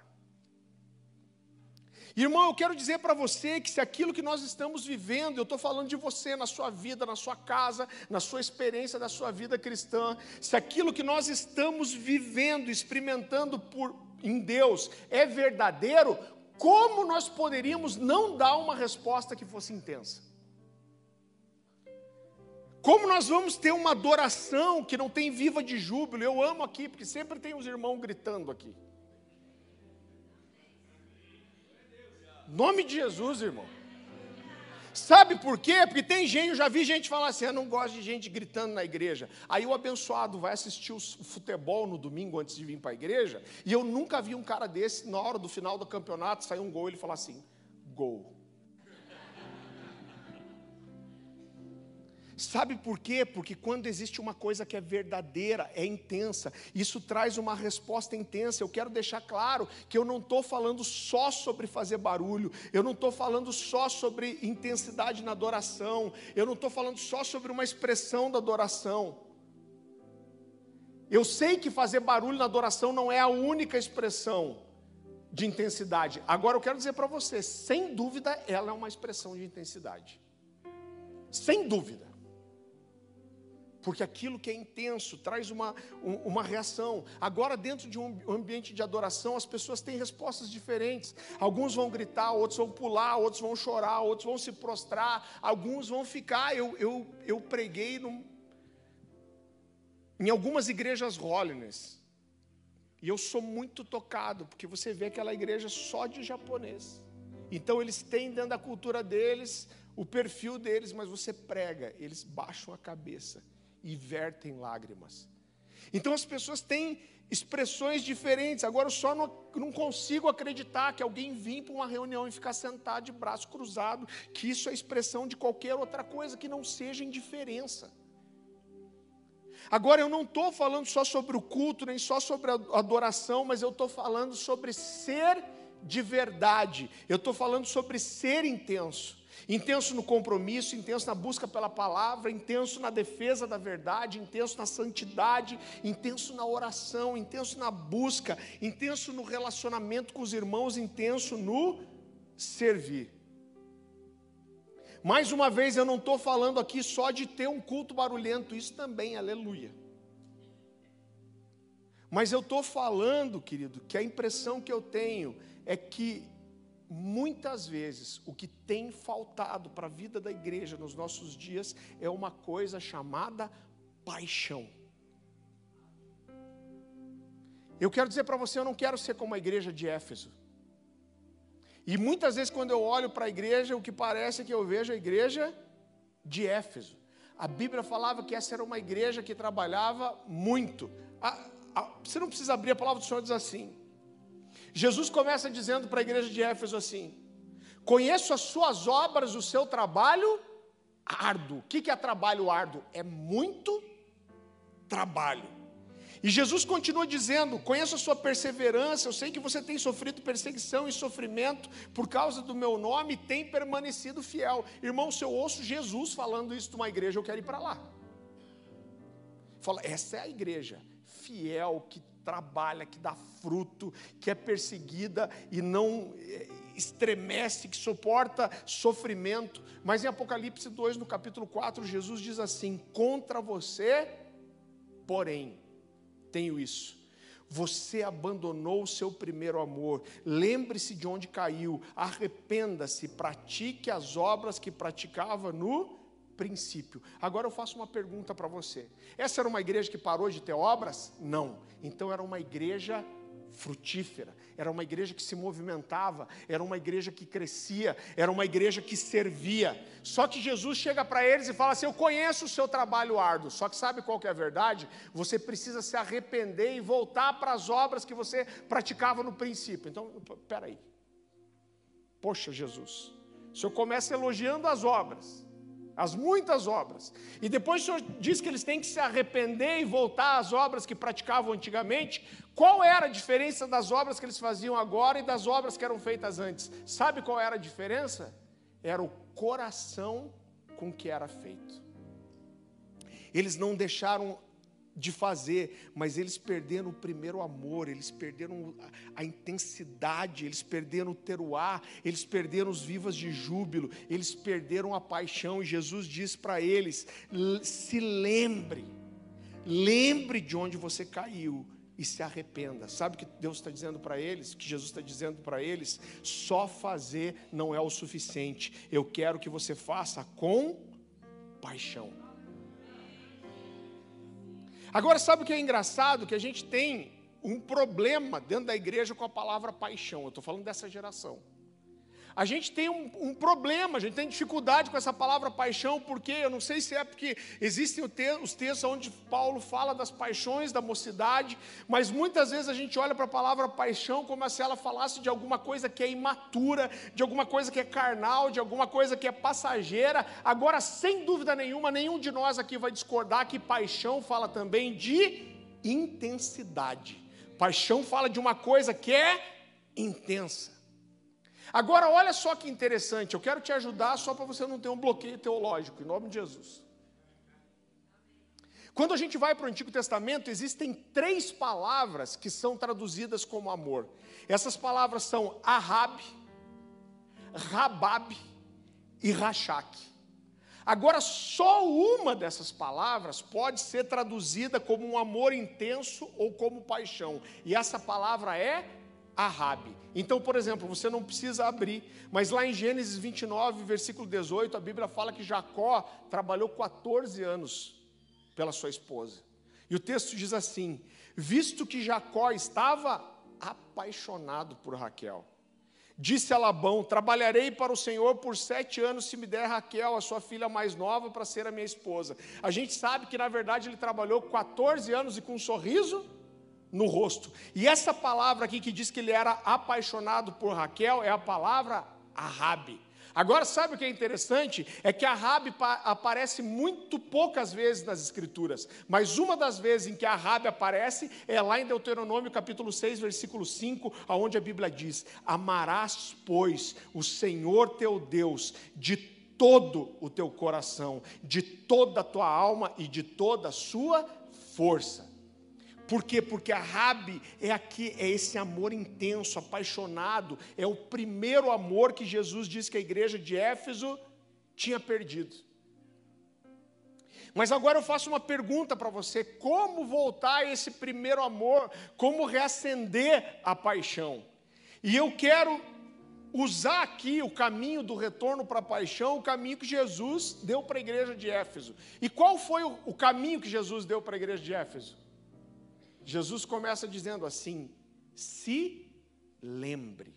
Irmão, eu quero dizer para você que se aquilo que nós estamos vivendo, eu estou falando de você na sua vida, na sua casa, na sua experiência da sua vida cristã, se aquilo que nós estamos vivendo, experimentando por, em Deus é verdadeiro, como nós poderíamos não dar uma resposta que fosse intensa? Como nós vamos ter uma adoração que não tem viva de júbilo? Eu amo aqui, porque sempre tem os irmãos gritando aqui. Nome de Jesus, irmão. Sabe por quê? Porque tem gente, eu já vi gente falar assim, eu não gosto de gente gritando na igreja. Aí o abençoado vai assistir o futebol no domingo antes de vir para a igreja, e eu nunca vi um cara desse, na hora do final do campeonato, sair um gol e ele falar assim, gol. Sabe por quê? Porque quando existe uma coisa que é verdadeira, é intensa, isso traz uma resposta intensa. Eu quero deixar claro que eu não estou falando só sobre fazer barulho, eu não estou falando só sobre intensidade na adoração, eu não estou falando só sobre uma expressão da adoração. Eu sei que fazer barulho na adoração não é a única expressão de intensidade. Agora eu quero dizer para você, sem dúvida, ela é uma expressão de intensidade. Sem dúvida. Porque aquilo que é intenso traz uma, uma reação. Agora, dentro de um ambiente de adoração, as pessoas têm respostas diferentes. Alguns vão gritar, outros vão pular, outros vão chorar, outros vão se prostrar, alguns vão ficar. Eu, eu, eu preguei num, em algumas igrejas holiness, e eu sou muito tocado, porque você vê aquela igreja só de japonês. Então, eles têm dentro da cultura deles, o perfil deles, mas você prega, eles baixam a cabeça e vertem lágrimas. Então as pessoas têm expressões diferentes. Agora eu só não, não consigo acreditar que alguém vim para uma reunião e ficar sentado de braço cruzado, que isso é expressão de qualquer outra coisa que não seja indiferença. Agora eu não estou falando só sobre o culto, nem só sobre a adoração, mas eu estou falando sobre ser de verdade. Eu estou falando sobre ser intenso. Intenso no compromisso, intenso na busca pela palavra, intenso na defesa da verdade, intenso na santidade, intenso na oração, intenso na busca, intenso no relacionamento com os irmãos, intenso no servir. Mais uma vez, eu não estou falando aqui só de ter um culto barulhento, isso também, aleluia. Mas eu estou falando, querido, que a impressão que eu tenho é que muitas vezes o que tem faltado para a vida da igreja nos nossos dias é uma coisa chamada paixão. Eu quero dizer para você, eu não quero ser como a igreja de Éfeso. E muitas vezes quando eu olho para a igreja, o que parece é que eu vejo a igreja de Éfeso. A Bíblia falava que essa era uma igreja que trabalhava muito. A, a, você não precisa abrir, a palavra do Senhor diz assim. Jesus começa dizendo para a igreja de Éfeso assim: conheço as suas obras, o seu trabalho árduo. O que é trabalho árduo? É muito trabalho. E Jesus continua dizendo, conheço a sua perseverança, eu sei que você tem sofrido perseguição e sofrimento por causa do meu nome e tem permanecido fiel. Irmão, se eu ouço Jesus falando isso de uma igreja, eu quero ir para lá. Fala, essa é a igreja fiel, que trabalha, que dá fruto, que é perseguida e não estremece, que suporta sofrimento. Mas em Apocalipse dois, no capítulo quatro, Jesus diz assim, contra você, porém, tenho isso, você abandonou o seu primeiro amor, lembre-se de onde caiu, arrependa-se, pratique as obras que praticava no princípio. Agora eu faço uma pergunta para você, essa era uma igreja que parou de ter obras? Não, então era uma igreja frutífera, era uma igreja que se movimentava, era uma igreja que crescia, era uma igreja que servia. Só que Jesus chega para eles e fala assim, eu conheço o seu trabalho árduo, só que sabe qual que é a verdade? Você precisa se arrepender e voltar para as obras que você praticava no princípio. Então, peraí, poxa Jesus, o Senhor começa elogiando as obras, as muitas obras, e depois o Senhor diz que eles têm que se arrepender e voltar às obras que praticavam antigamente. Qual era a diferença das obras que eles faziam agora e das obras que eram feitas antes? Sabe qual era a diferença? Era o coração com que era feito. Eles não deixaram de fazer, mas eles perderam o primeiro amor, eles perderam a, a intensidade, eles perderam o teruá, eles perderam os vivas de júbilo, eles perderam a paixão, e Jesus diz para eles, se lembre, lembre de onde você caiu, e se arrependa. Sabe o que Deus está dizendo para eles? Que Jesus está dizendo para eles? Só fazer não é o suficiente, eu quero que você faça com paixão. Agora, sabe o que é engraçado? Que a gente tem um problema dentro da igreja com a palavra paixão. Eu estou falando dessa geração. A gente tem um, um problema, a gente tem dificuldade com essa palavra paixão, porque eu não sei se é porque existem os textos onde Paulo fala das paixões da mocidade, mas muitas vezes a gente olha para a palavra paixão como se ela falasse de alguma coisa que é imatura, de alguma coisa que é carnal, de alguma coisa que é passageira. Agora, sem dúvida nenhuma, nenhum de nós aqui vai discordar que paixão fala também de intensidade. Paixão fala de uma coisa que é intensa. Agora, olha só que interessante, eu quero te ajudar só para você não ter um bloqueio teológico, em nome de Jesus. Quando a gente vai para o Antigo Testamento, existem três palavras que são traduzidas como amor. Essas palavras são Ahab, Rabab e Rachaque. Agora, só uma dessas palavras pode ser traduzida como um amor intenso ou como paixão, e essa palavra é Ahab. Então, por exemplo, você não precisa abrir, mas lá em Gênesis vinte e nove, versículo dezoito, a Bíblia fala que Jacó trabalhou quatorze anos pela sua esposa. E o texto diz assim, visto que Jacó estava apaixonado por Raquel, disse a Labão, trabalharei para o Senhor por sete anos se me der Raquel, a sua filha mais nova, para ser a minha esposa. A gente sabe que na verdade ele trabalhou quatorze anos e com um sorriso no rosto. E essa palavra aqui que diz que ele era apaixonado por Raquel é a palavra Ahab. Agora, sabe o que é interessante? É que Ahab aparece muito poucas vezes nas Escrituras, mas uma das vezes em que Ahab aparece é lá em Deuteronômio capítulo seis, versículo cinco, onde a Bíblia diz, amarás, pois, o Senhor teu Deus de todo o teu coração, de toda a tua alma e de toda a sua força. Por quê? Porque Ahab é, aqui, é esse amor intenso, apaixonado, é o primeiro amor que Jesus diz que a igreja de Éfeso tinha perdido. Mas agora eu faço uma pergunta para você: como voltar a esse primeiro amor? Como reacender a paixão? E eu quero usar aqui o caminho do retorno para a paixão, o caminho que Jesus deu para a igreja de Éfeso. E qual foi o, o caminho que Jesus deu para a igreja de Éfeso? Jesus começa dizendo assim: se lembre.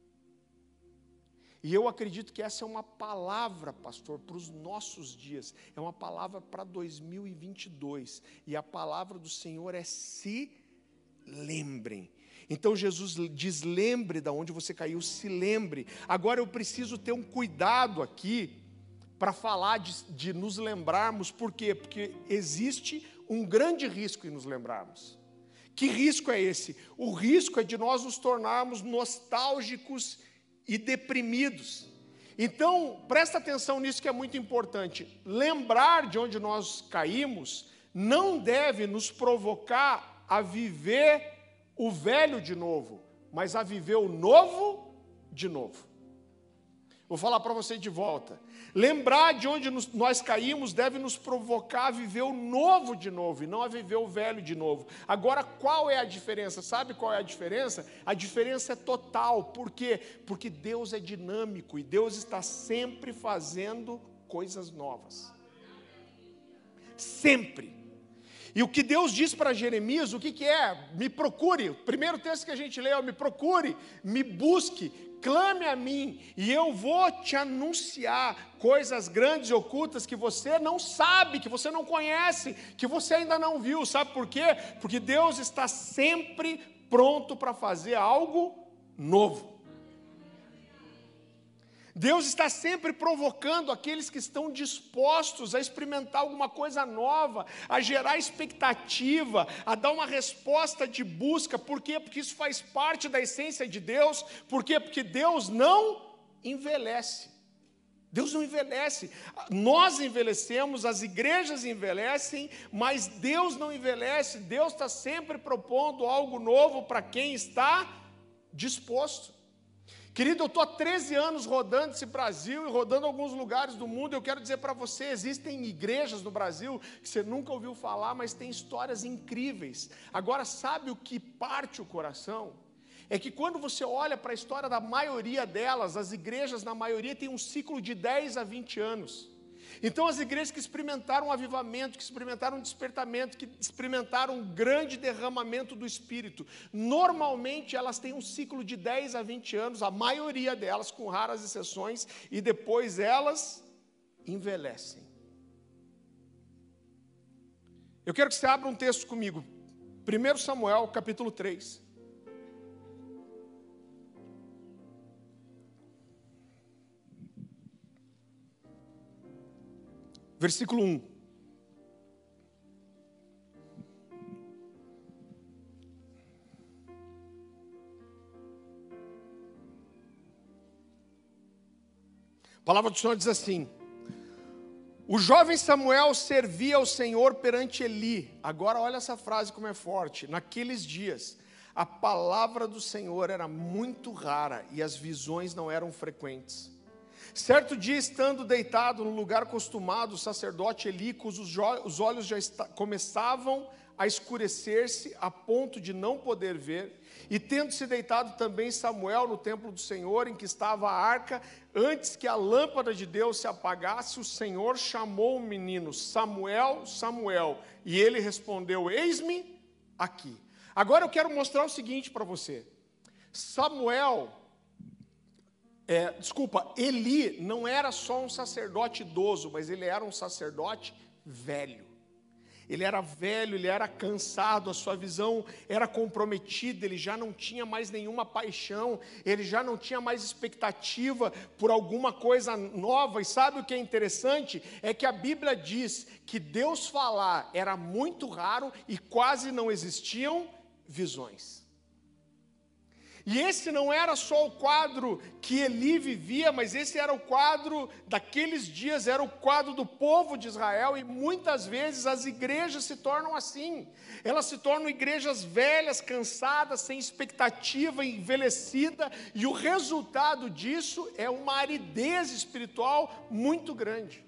E eu acredito que essa é uma palavra, pastor, para os nossos dias. É uma palavra para dois mil e vinte e dois. E a palavra do Senhor é: se lembrem. Então Jesus diz: lembre de onde você caiu, se lembre. Agora eu preciso ter um cuidado aqui para falar de, de nos lembrarmos. Por quê? Porque existe um grande risco em nos lembrarmos. Que risco é esse? O risco é de nós nos tornarmos nostálgicos e deprimidos. Então, presta atenção nisso que é muito importante. Lembrar de onde nós caímos não deve nos provocar a viver o velho de novo, mas a viver o novo de novo. Vou falar para você de volta. Lembrar de onde nos, nós caímos deve nos provocar a viver o novo de novo, e não a viver o velho de novo. Agora, qual é a diferença? Sabe qual é a diferença? A diferença é total. Por quê? Porque Deus é dinâmico, e Deus está sempre fazendo coisas novas. Sempre. E o que Deus diz para Jeremias, o que, que é? Me procure. O primeiro texto que a gente leu: me procure, me busque, clame a mim, e eu vou te anunciar coisas grandes e ocultas que você não sabe, que você não conhece, que você ainda não viu. Sabe por quê? Porque Deus está sempre pronto para fazer algo novo. Deus está sempre provocando aqueles que estão dispostos a experimentar alguma coisa nova, a gerar expectativa, a dar uma resposta de busca. Por quê? Porque isso faz parte da essência de Deus. Por quê? Porque Deus não envelhece. Deus não envelhece. Nós envelhecemos, as igrejas envelhecem, mas Deus não envelhece. Deus está sempre propondo algo novo para quem está disposto. Querido, eu estou há treze anos rodando esse Brasil e rodando alguns lugares do mundo. Eu quero dizer para você, existem igrejas no Brasil que você nunca ouviu falar, mas tem histórias incríveis. Agora, sabe o que parte o coração? É que quando você olha para a história da maioria delas, as igrejas, na maioria, têm um ciclo de dez a vinte anos. Então, as igrejas que experimentaram um avivamento, que experimentaram um despertamento, que experimentaram um grande derramamento do Espírito, normalmente elas têm um ciclo de dez a vinte anos, a maioria delas, com raras exceções, e depois elas envelhecem. Eu quero que você abra um texto comigo, primeiro Samuel, capítulo três. Versículo um. A palavra do Senhor diz assim: o jovem Samuel servia ao Senhor perante Eli. Agora olha essa frase como é forte. Naqueles dias, a palavra do Senhor era muito rara e as visões não eram frequentes. Certo dia, estando deitado no lugar acostumado, o sacerdote Eli, cujos os olhos já está, começavam a escurecer-se a ponto de não poder ver, e tendo-se deitado também Samuel no templo do Senhor, em que estava a arca, antes que a lâmpada de Deus se apagasse, o Senhor chamou o menino: Samuel, Samuel, e ele respondeu: eis-me aqui. Agora eu quero mostrar o seguinte para você. Samuel É, desculpa, Eli não era só um sacerdote idoso, mas ele era um sacerdote velho. Ele era velho, ele era cansado, a sua visão era comprometida, ele já não tinha mais nenhuma paixão, ele já não tinha mais expectativa por alguma coisa nova. E sabe o que é interessante? É que a Bíblia diz que Deus falar era muito raro e quase não existiam visões. E esse não era só o quadro que Eli vivia, mas esse era o quadro daqueles dias, era o quadro do povo de Israel, e muitas vezes as igrejas se tornam assim. Elas se tornam igrejas velhas, cansadas, sem expectativa, envelhecida, e o resultado disso é uma aridez espiritual muito grande.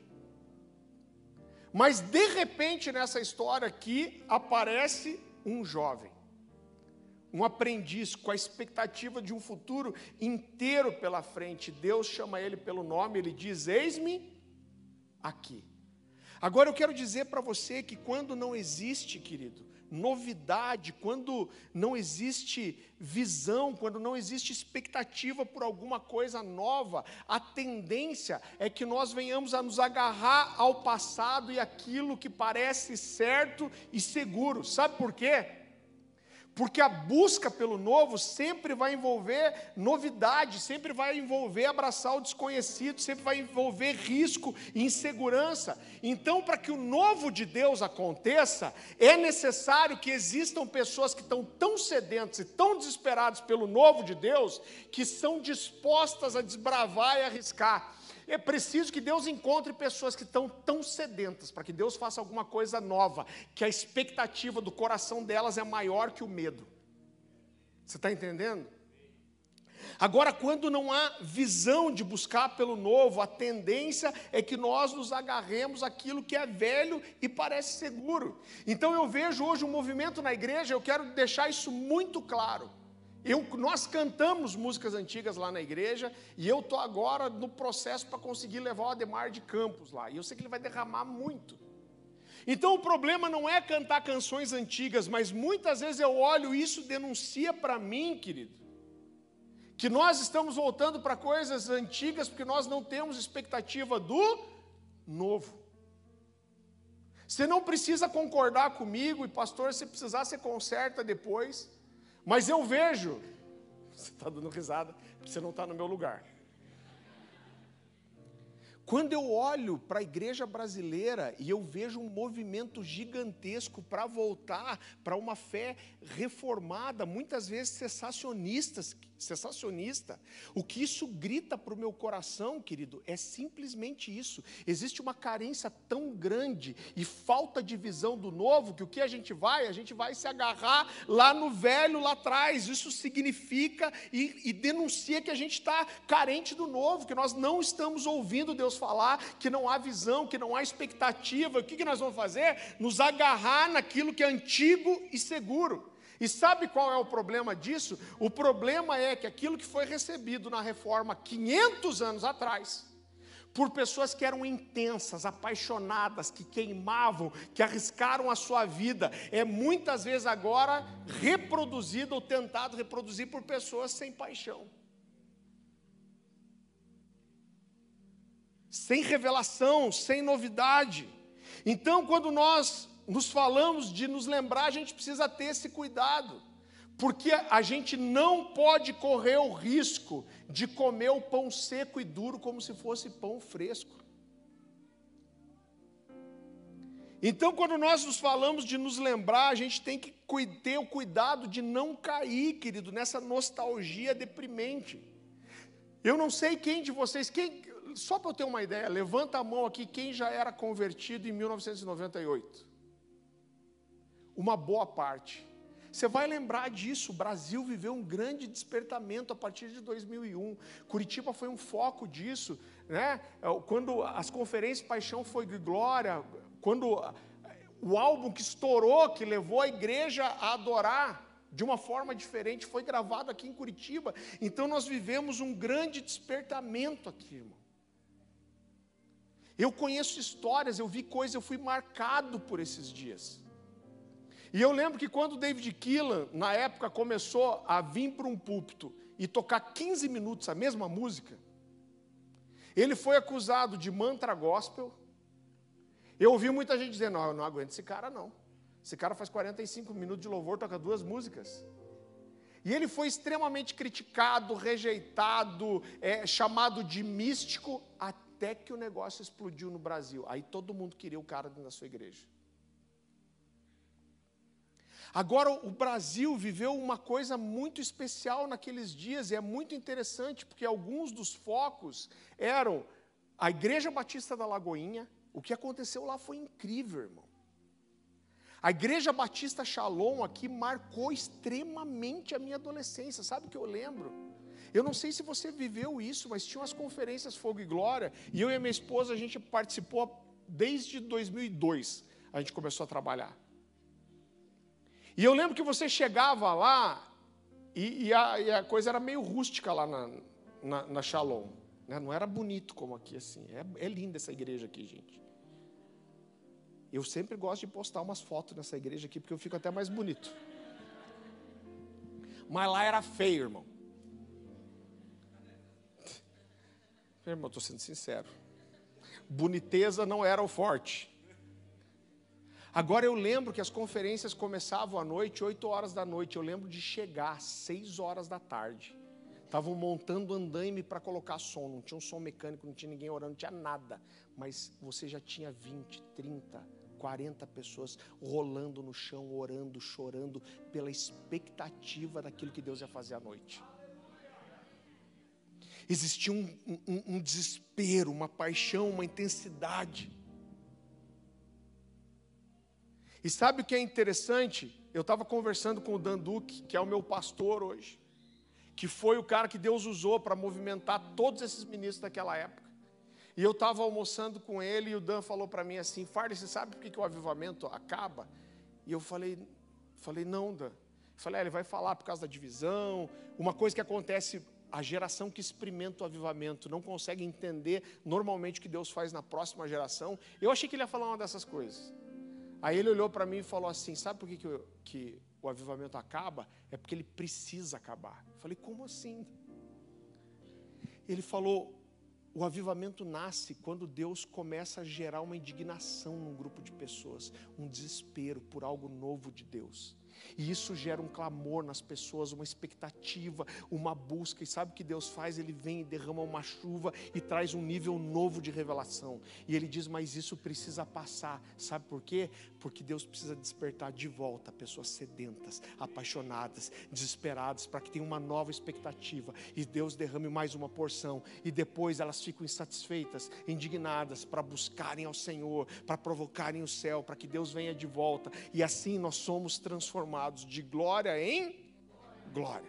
Mas de repente nessa história aqui aparece um jovem, um aprendiz com a expectativa de um futuro inteiro pela frente. Deus chama ele pelo nome, ele diz: eis-me aqui. Agora eu quero dizer para você que quando não existe, querido, novidade, quando não existe visão, quando não existe expectativa por alguma coisa nova, a tendência é que nós venhamos a nos agarrar ao passado e aquilo que parece certo e seguro. Sabe por quê? Porque a busca pelo novo sempre vai envolver novidade, sempre vai envolver abraçar o desconhecido, sempre vai envolver risco e insegurança. Então, para que o novo de Deus aconteça, é necessário que existam pessoas que estão tão sedentas e tão desesperadas pelo novo de Deus, que são dispostas a desbravar e arriscar. É preciso que Deus encontre pessoas que estão tão sedentas, para que Deus faça alguma coisa nova, que a expectativa do coração delas é maior que o medo. Você está entendendo? Agora, quando não há visão de buscar pelo novo, a tendência é que nós nos agarremos àquilo que é velho e parece seguro. Então eu vejo hoje um movimento na igreja, eu quero deixar isso muito claro. Eu, nós cantamos músicas antigas lá na igreja, e eu estou agora no processo para conseguir levar o Ademar de Campos lá, e eu sei que ele vai derramar muito. Então o problema não é cantar canções antigas, mas muitas vezes eu olho isso, denuncia para mim, querido, que nós estamos voltando para coisas antigas, porque nós não temos expectativa do novo. Você não precisa concordar comigo, e pastor, se precisar você conserta depois, mas eu vejo, você está dando risada, porque você não está no meu lugar. Quando eu olho para a igreja brasileira e eu vejo um movimento gigantesco para voltar para uma fé reformada, muitas vezes sensacionistas, sensacionista, o que isso grita para o meu coração, querido, é simplesmente isso. Existe uma carência tão grande e falta de visão do novo, que o que a gente vai? A gente vai se agarrar lá no velho, lá atrás. Isso significa e, e denuncia que a gente está carente do novo, que nós não estamos ouvindo Deus falar, que não há visão, que não há expectativa. O que, que nós vamos fazer? Nos agarrar naquilo que é antigo e seguro. E sabe qual é o problema disso? O problema é que aquilo que foi recebido na reforma quinhentos anos atrás, por pessoas que eram intensas, apaixonadas, que queimavam, que arriscaram a sua vida, é muitas vezes agora reproduzido ou tentado reproduzir por pessoas sem paixão, sem revelação, sem novidade. Então, quando nós nos falamos de nos lembrar, a gente precisa ter esse cuidado, porque a gente não pode correr o risco de comer o pão seco e duro como se fosse pão fresco. Então, quando nós nos falamos de nos lembrar, a gente tem que ter o cuidado de não cair, querido, nessa nostalgia deprimente. Eu não sei quem de vocês, quem, só para eu ter uma ideia, levanta a mão aqui, quem já era convertido em mil novecentos e noventa e oito? Uma boa parte. Você vai lembrar disso, o Brasil viveu um grande despertamento a partir de dois mil e um, Curitiba foi um foco disso, né? Quando as conferências Paixão foi Glória, quando o álbum que estourou, que levou a igreja a adorar de uma forma diferente, foi gravado aqui em Curitiba. Então nós vivemos um grande despertamento aqui, irmão. Eu conheço histórias, eu vi coisas, eu fui marcado por esses dias. E eu lembro que quando o David Keelan, na época, começou a vir para um púlpito e tocar quinze minutos a mesma música, ele foi acusado de mantra gospel. Eu ouvi muita gente dizendo, não, eu não aguento esse cara não. Esse cara faz quarenta e cinco minutos de louvor, toca duas músicas. E ele foi extremamente criticado, rejeitado, é, chamado de místico, até que o negócio explodiu no Brasil. Aí todo mundo queria o cara na sua igreja. Agora, o Brasil viveu uma coisa muito especial naqueles dias, e é muito interessante, porque alguns dos focos eram a Igreja Batista da Lagoinha. O que aconteceu lá foi incrível, irmão. A Igreja Batista Shalom aqui marcou extremamente a minha adolescência. Sabe o que eu lembro? Eu não sei se você viveu isso, mas tinha umas conferências Fogo e Glória, e eu e a minha esposa, a gente participou desde dois mil e dois, a gente começou a trabalhar. E eu lembro que você chegava lá, e, e, a, e a coisa era meio rústica lá na, na, na Shalom, né? Não era bonito como aqui, assim. É, é linda essa igreja aqui, gente. Eu sempre gosto de postar umas fotos nessa igreja aqui, porque eu fico até mais bonito. Mas lá era feio, irmão. Irmão, estou sendo sincero. Boniteza não era o forte. Agora eu lembro que as conferências começavam à noite, oito horas da noite. Eu lembro de chegar às seis horas da tarde. Estavam montando andaime para colocar som. Não tinha um som mecânico, não tinha ninguém orando, não tinha nada. Mas você já tinha vinte, trinta, quarenta pessoas rolando no chão, orando, chorando, pela expectativa daquilo que Deus ia fazer à noite. Existia um, um, um desespero, uma paixão, uma intensidade. E sabe o que é interessante? Eu estava conversando com o Dan Duque, que é o meu pastor hoje, que foi o cara que Deus usou para movimentar todos esses ministros daquela época. E eu estava almoçando com ele e o Dan falou para mim assim: Farley, você sabe por que, que o avivamento acaba? E eu falei, falei não, Dan. Eu falei, ah, ele vai falar por causa da divisão, uma coisa que acontece. A geração que experimenta o avivamento não consegue entender normalmente o que Deus faz na próxima geração. Eu achei que ele ia falar uma dessas coisas. Aí ele olhou para mim e falou assim: sabe por que, que, eu, que o avivamento acaba? É porque ele precisa acabar. Eu falei, como assim? Ele falou, o avivamento nasce quando Deus começa a gerar uma indignação num grupo de pessoas, um desespero por algo novo de Deus. E isso gera um clamor nas pessoas, uma expectativa, uma busca. E sabe o que Deus faz? Ele vem e derrama uma chuva e traz um nível novo de revelação. E Ele diz, mas isso precisa passar. Sabe por quê? Porque Deus precisa despertar de volta pessoas sedentas, apaixonadas, desesperadas, para que tenham uma nova expectativa. E Deus derrame mais uma porção. E depois elas ficam insatisfeitas, indignadas, para buscarem ao Senhor, para provocarem o céu, para que Deus venha de volta. E assim nós somos transformados de glória em glória.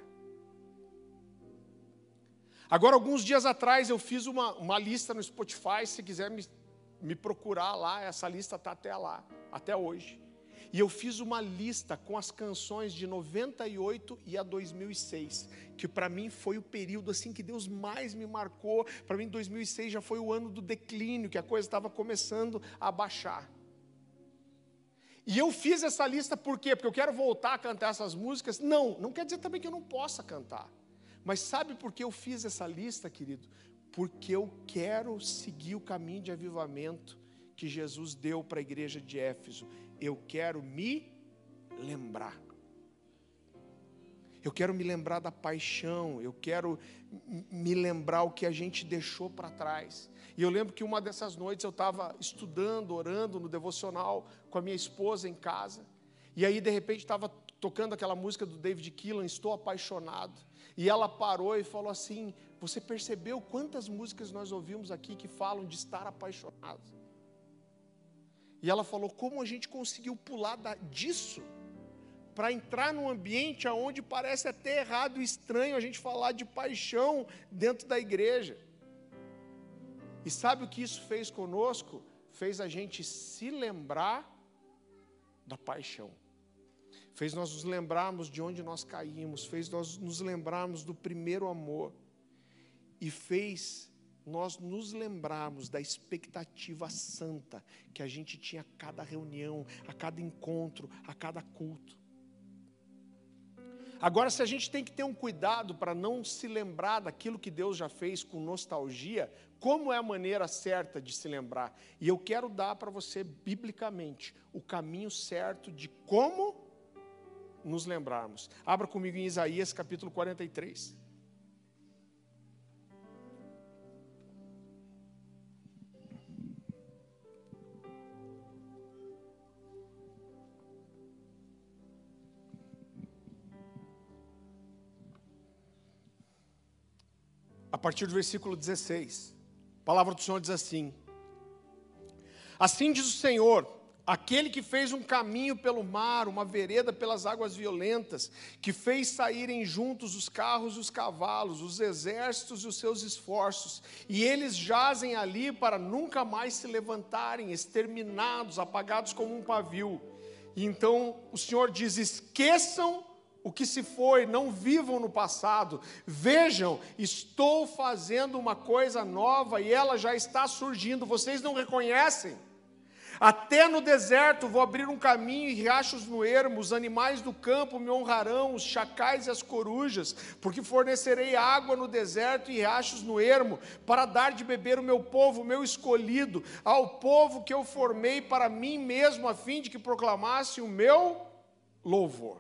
Agora, alguns dias atrás, eu fiz uma, uma lista no Spotify. Se quiser me, me procurar lá, essa lista está até lá, até hoje. E eu fiz uma lista com as canções de noventa e oito e a dois mil e seis, que para mim foi o período assim que Deus mais me marcou. Para mim, dois mil e seis já foi o ano do declínio, que a coisa estava começando a baixar. E eu fiz essa lista por quê? Porque eu quero voltar a cantar essas músicas? Não, não quer dizer também que eu não possa cantar. Mas sabe por que eu fiz essa lista, querido? Porque eu quero seguir o caminho de avivamento que Jesus deu para a igreja de Éfeso. Eu quero me lembrar. Eu quero me lembrar da paixão, eu quero me lembrar o que a gente deixou para trás. E eu lembro que uma dessas noites eu estava estudando, orando no devocional com a minha esposa em casa. E aí de repente estava tocando aquela música do David Keelan, Estou Apaixonado. E ela parou e falou assim, você percebeu quantas músicas nós ouvimos aqui que falam de estar apaixonado? E ela falou, como a gente conseguiu pular da, disso para entrar num ambiente onde parece até errado e estranho a gente falar de paixão dentro da igreja. E sabe o que isso fez conosco? Fez a gente se lembrar da paixão. Fez nós nos lembrarmos de onde nós caímos, fez nós nos lembrarmos do primeiro amor. E fez nós nos lembrarmos da expectativa santa que a gente tinha a cada reunião, a cada encontro, a cada culto. Agora, se a gente tem que ter um cuidado para não se lembrar daquilo que Deus já fez com nostalgia, como é a maneira certa de se lembrar? E eu quero dar para você, biblicamente, o caminho certo de como nos lembrarmos. Abra comigo em Isaías capítulo quarenta e três. partir do versículo dezesseis. A palavra do Senhor diz assim: assim diz o Senhor, aquele que fez um caminho pelo mar, uma vereda pelas águas violentas, que fez saírem juntos os carros e os cavalos, os exércitos e os seus esforços, e eles jazem ali para nunca mais se levantarem, exterminados, apagados como um pavio. E então o Senhor diz: esqueçam o que se foi, não vivam no passado. Vejam, estou fazendo uma coisa nova e ela já está surgindo. Vocês não reconhecem? Até no deserto vou abrir um caminho e riachos no ermo. Os animais do campo me honrarão, os chacais e as corujas, porque fornecerei água no deserto e riachos no ermo, para dar de beber o meu povo, o meu escolhido, ao povo que eu formei para mim mesmo, a fim de que proclamasse o meu louvor.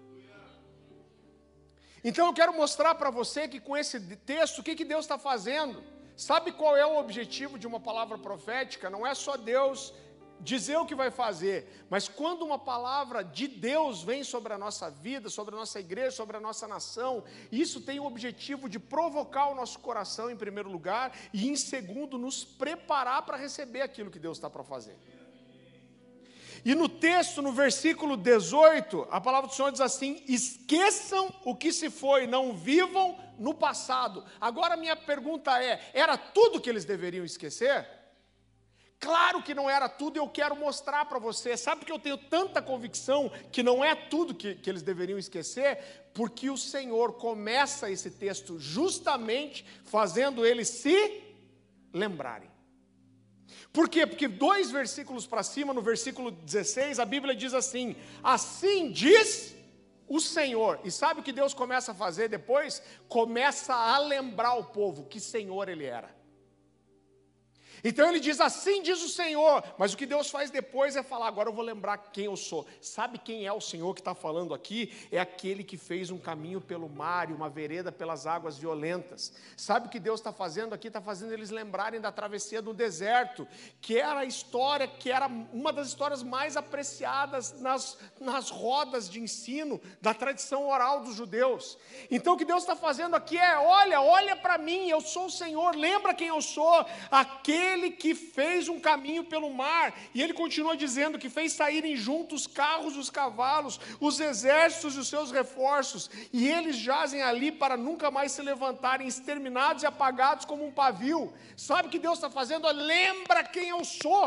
Então eu quero mostrar para você que com esse texto, o que, que Deus está fazendo? Sabe qual é o objetivo de uma palavra profética? Não é só Deus dizer o que vai fazer, mas quando uma palavra de Deus vem sobre a nossa vida, sobre a nossa igreja, sobre a nossa nação, isso tem o objetivo de provocar o nosso coração em primeiro lugar, e em segundo, nos preparar para receber aquilo que Deus está para fazer. E no texto, no versículo dezoito, a palavra do Senhor diz assim: esqueçam o que se foi, não vivam no passado. Agora minha pergunta é, era tudo que eles deveriam esquecer? Claro que não era tudo, e eu quero mostrar para você. Sabe que eu tenho tanta convicção que não é tudo que, que eles deveriam esquecer? Porque o Senhor começa esse texto justamente fazendo eles se lembrarem. Por quê? Porque dois versículos para cima, no versículo dezesseis, a Bíblia diz assim: assim diz o Senhor. E sabe o que Deus começa a fazer depois? Começa a lembrar o povo que Senhor Ele era. Então ele diz: assim diz o Senhor, mas o que Deus faz depois é falar: agora eu vou lembrar quem eu sou. Sabe quem é o Senhor que está falando aqui? É aquele que fez um caminho pelo mar e uma vereda pelas águas violentas. Sabe o que Deus está fazendo aqui? Está fazendo eles lembrarem da travessia do deserto, que era a história, que era uma das histórias mais apreciadas nas, nas rodas de ensino da tradição oral dos judeus. Então o que Deus está fazendo aqui é: olha, olha para mim, eu sou o Senhor, lembra quem eu sou, aquele Ele que fez um caminho pelo mar. E ele continua dizendo que fez saírem juntos os carros e os cavalos, os exércitos e os seus reforços, e eles jazem ali para nunca mais se levantarem, exterminados e apagados como um pavio. Sabe o que Deus está fazendo? Lembra quem eu sou.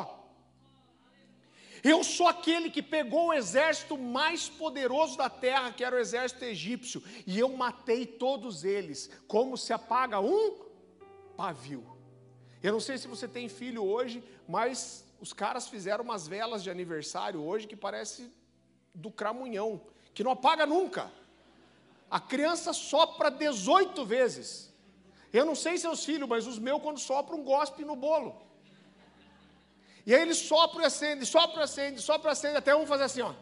Eu sou aquele que pegou o exército mais poderoso da terra, que era o exército egípcio, e eu matei todos eles, como se apaga um pavio. Eu não sei se você tem filho hoje, mas os caras fizeram umas velas de aniversário hoje que parece do Cramunhão, que não apaga nunca. A criança sopra dezoito vezes. Eu não sei seus filhos, mas os meus, quando sopram, gospem no bolo. E aí eles sopram e acendem, sopram e acendem, sopram e acendem, até um fazer assim, ó.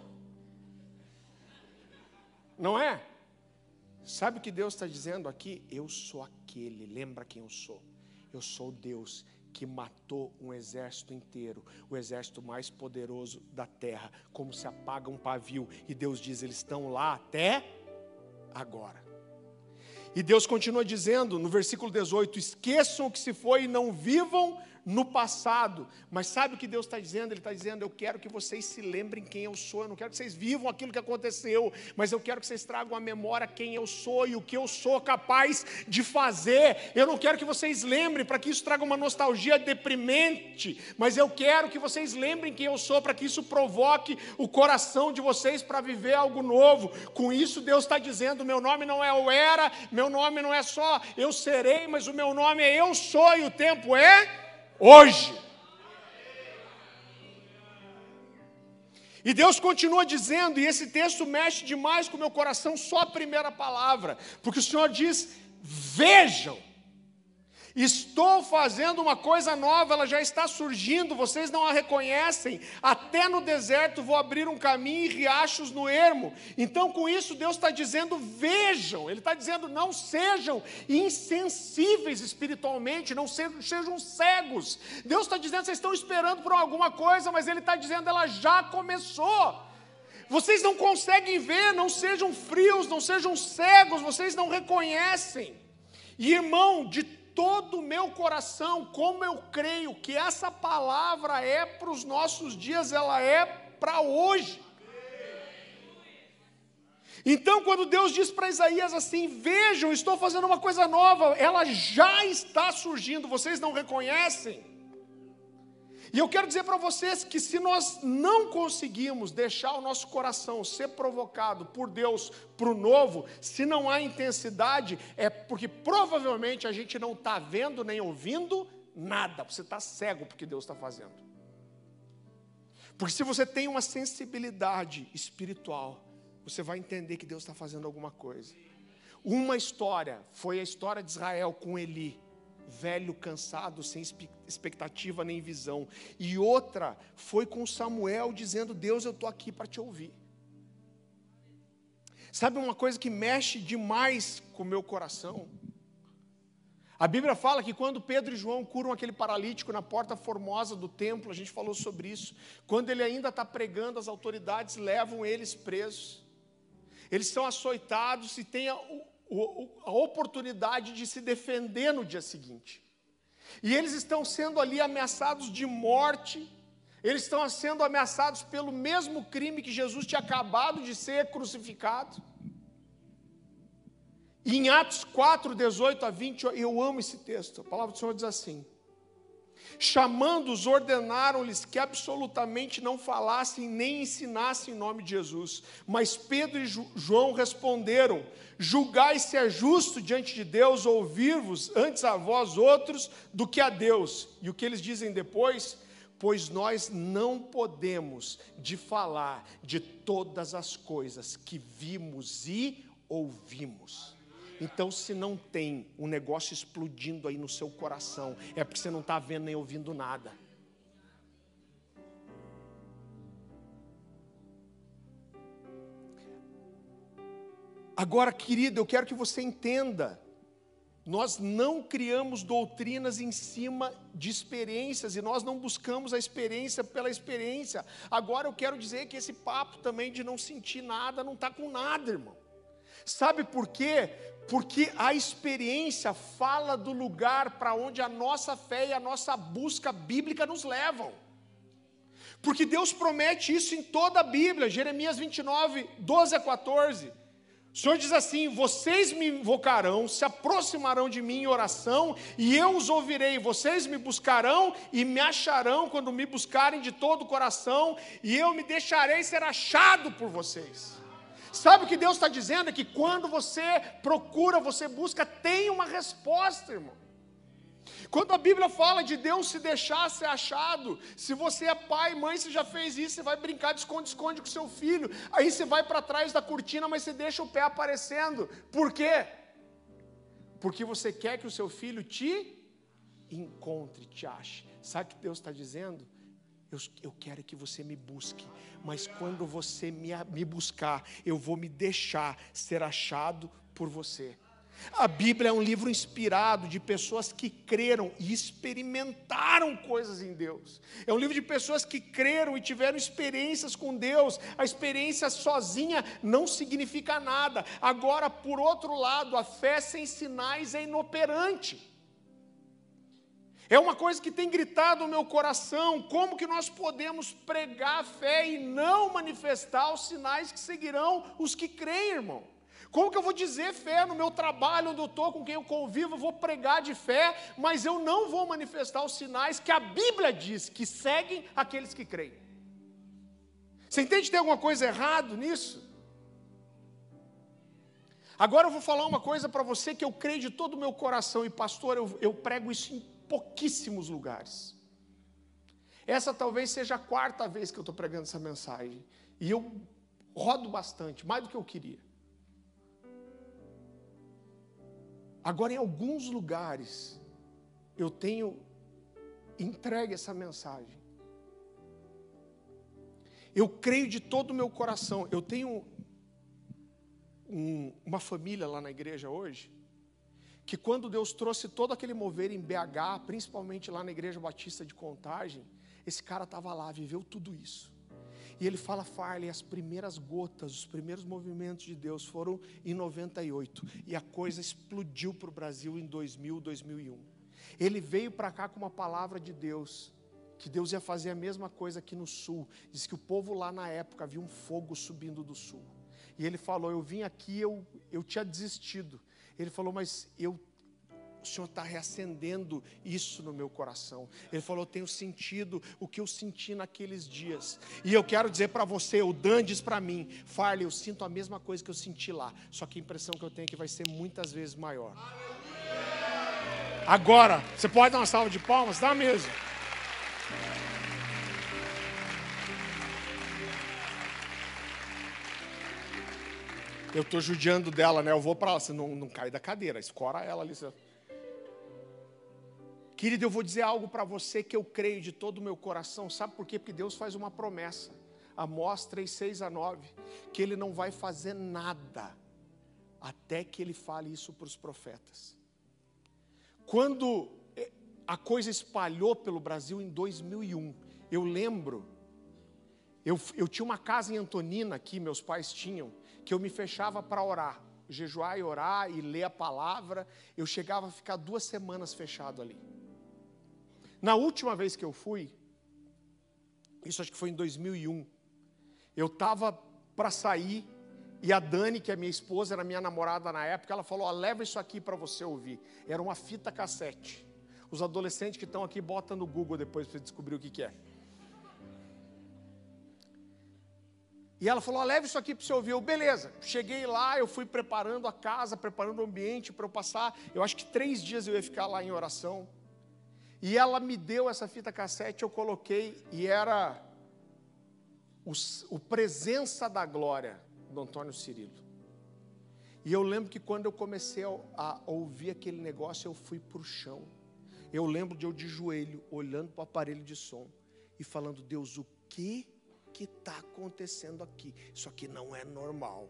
Não é? Sabe o que Deus está dizendo aqui? Eu sou aquele, lembra quem eu sou. Eu sou o Deus que matou um exército inteiro, o exército mais poderoso da terra, como se apaga um pavio. E Deus diz: eles estão lá até agora. E Deus continua dizendo no versículo dezoito: esqueçam o que se foi e não vivam no passado. Mas sabe o que Deus está dizendo? Ele está dizendo: eu quero que vocês se lembrem quem eu sou. Eu não quero que vocês vivam aquilo que aconteceu, mas eu quero que vocês tragam à memória quem eu sou e o que eu sou capaz de fazer. Eu não quero que vocês lembrem para que isso traga uma nostalgia deprimente, mas eu quero que vocês lembrem quem eu sou, para que isso provoque o coração de vocês para viver algo novo. Com isso Deus está dizendo: meu nome não é o era, meu nome não é só eu serei, mas o meu nome é eu sou, e o tempo é hoje. E Deus continua dizendo, e esse texto mexe demais com o meu coração, só a primeira palavra, porque o Senhor diz: vejam, estou fazendo uma coisa nova, ela já está surgindo, vocês não a reconhecem. Até no deserto vou abrir um caminho e riachos no ermo. Então com isso Deus está dizendo: vejam. Ele está dizendo: não sejam insensíveis espiritualmente, não sejam, sejam cegos. Deus está dizendo: vocês estão esperando por alguma coisa, mas Ele está dizendo: ela já começou. Vocês não conseguem ver, não sejam frios, não sejam cegos, vocês não reconhecem. E irmão, de todo o meu coração, como eu creio que essa palavra é para os nossos dias, ela é para hoje. Então, quando Deus diz para Isaías assim, vejam, estou fazendo uma coisa nova, ela já está surgindo, vocês não reconhecem? E eu quero dizer para vocês que se nós não conseguimos deixar o nosso coração ser provocado por Deus para o novo, se não há intensidade, é porque provavelmente a gente não está vendo nem ouvindo nada, você está cego porque Deus está fazendo. Porque se você tem uma sensibilidade espiritual, você vai entender que Deus está fazendo alguma coisa. Uma história foi a história de Israel com Eli, velho, cansado, sem expectativa nem visão. E outra foi com Samuel dizendo, Deus, eu estou aqui para te ouvir. Sabe uma coisa que mexe demais com o meu coração? A Bíblia fala que quando Pedro e João curam aquele paralítico na porta formosa do templo, a gente falou sobre isso, quando ele ainda está pregando, as autoridades levam eles presos. Eles são açoitados e têm a, a oportunidade de se defender no dia seguinte. E eles estão sendo ali ameaçados de morte, eles estão sendo ameaçados pelo mesmo crime que Jesus tinha acabado de ser crucificado. E em Atos quatro, dezoito a vinte, eu amo esse texto, a palavra do Senhor diz assim, chamando-os, ordenaram-lhes que absolutamente não falassem nem ensinassem em nome de Jesus. Mas Pedro e João responderam, julgai se é justo diante de Deus ouvir-vos antes a vós outros do que a Deus. E o que eles dizem depois? Pois nós não podemos de falar de todas as coisas que vimos e ouvimos. Então, se não tem um negócio explodindo aí no seu coração, é porque você não está vendo nem ouvindo nada. Agora, querido, eu quero que você entenda, nós não criamos doutrinas em cima de experiências, e nós não buscamos a experiência pela experiência. Agora eu quero dizer que esse papo também de não sentir nada, não está com nada, irmão. Sabe por quê? Porque a experiência fala do lugar para onde a nossa fé e a nossa busca bíblica nos levam. Porque Deus promete isso em toda a Bíblia, Jeremias vinte e nove, doze a quatorze. O Senhor diz assim, vocês me invocarão, se aproximarão de mim em oração, e eu os ouvirei, vocês me buscarão e me acharão quando me buscarem de todo o coração, e eu me deixarei ser achado por vocês. Sabe o que Deus está dizendo? É que quando você procura, você busca, tem uma resposta, irmão. Quando a Bíblia fala de Deus se deixar ser achado, se você é pai, mãe, você já fez isso, você vai brincar de esconde-esconde com seu filho, aí você vai para trás da cortina, mas você deixa o pé aparecendo. Por quê? Porque você quer que o seu filho te encontre, te ache. Sabe o que Deus está dizendo? Eu, eu quero que você me busque, mas quando você me, me buscar, eu vou me deixar ser achado por você. A Bíblia é um livro inspirado de pessoas que creram e experimentaram coisas em Deus. É um livro de pessoas que creram e tiveram experiências com Deus. A experiência sozinha não significa nada. Agora, por outro lado, a fé sem sinais é inoperante. É uma coisa que tem gritado no meu coração, como que nós podemos pregar a fé e não manifestar os sinais que seguirão os que creem, irmão? Como que eu vou dizer fé no meu trabalho, onde eu estou, com quem eu convivo, eu vou pregar de fé, mas eu não vou manifestar os sinais que a Bíblia diz, que seguem aqueles que creem? Você entende que tem alguma coisa errada nisso? Agora eu vou falar uma coisa para você que eu creio de todo o meu coração, e pastor, eu, eu prego isso em pouquíssimos lugares. Essa talvez seja a quarta vez que eu estou pregando essa mensagem, e eu rodo bastante, mais do que eu queria. Agora, em alguns lugares, eu tenho entregue essa mensagem. Eu creio de todo o meu coração. Eu tenho um, uma família lá na igreja hoje, que quando Deus trouxe todo aquele mover em B H, principalmente lá na Igreja Batista de Contagem, esse cara estava lá, viveu tudo isso. E ele fala, Farley, as primeiras gotas, os primeiros movimentos de Deus foram em noventa e oito. E a coisa explodiu para o Brasil em dois mil, dois mil e um. Ele veio para cá com uma palavra de Deus, que Deus ia fazer a mesma coisa aqui no sul. Diz que o povo lá na época via um fogo subindo do sul. E ele falou, eu vim aqui, eu, eu tinha desistido. Ele falou, mas eu, o Senhor está reacendendo isso no meu coração. Ele falou, eu tenho sentido o que eu senti naqueles dias. E eu quero dizer para você, o Dan diz para mim, Farley, eu sinto a mesma coisa que eu senti lá. Só que a impressão que eu tenho é que vai ser muitas vezes maior. Agora, você pode dar uma salva de palmas? Dá mesmo. Eu estou judiando dela, né? Eu vou para ela, você não, não cai da cadeira, escora ela ali. Você... Querido, eu vou dizer algo para você que eu creio de todo o meu coração. Sabe por quê? Porque Deus faz uma promessa. Amós três, seis a nove. Que Ele não vai fazer nada até que Ele fale isso para os profetas. Quando a coisa espalhou pelo Brasil em dois mil e um, eu lembro, eu, eu tinha uma casa em Antonina aqui, meus pais tinham, que eu me fechava para orar, jejuar e orar e ler a palavra. Eu chegava a ficar duas semanas fechado ali. Na última vez que eu fui, isso acho que foi em dois mil e um, eu estava para sair e a Dani, que é minha esposa, era minha namorada na época, ela falou, ó, leva isso aqui para você ouvir. Era uma fita cassete. Os adolescentes que estão aqui, botam no Google depois para você descobrir o que, que é. E ela falou, leve isso aqui para você ouvir. Eu, beleza. Cheguei lá, eu fui preparando a casa, preparando o ambiente para eu passar. Eu acho que três dias eu ia ficar lá em oração. E ela me deu essa fita cassete, eu coloquei, e era o, o Presença da Glória, do Antônio Cirilo. E eu lembro que quando eu comecei a, a ouvir aquele negócio, eu fui para o chão. Eu lembro de eu de joelho, olhando para o aparelho de som, e falando, Deus, o que... que está acontecendo aqui? Isso aqui não é normal.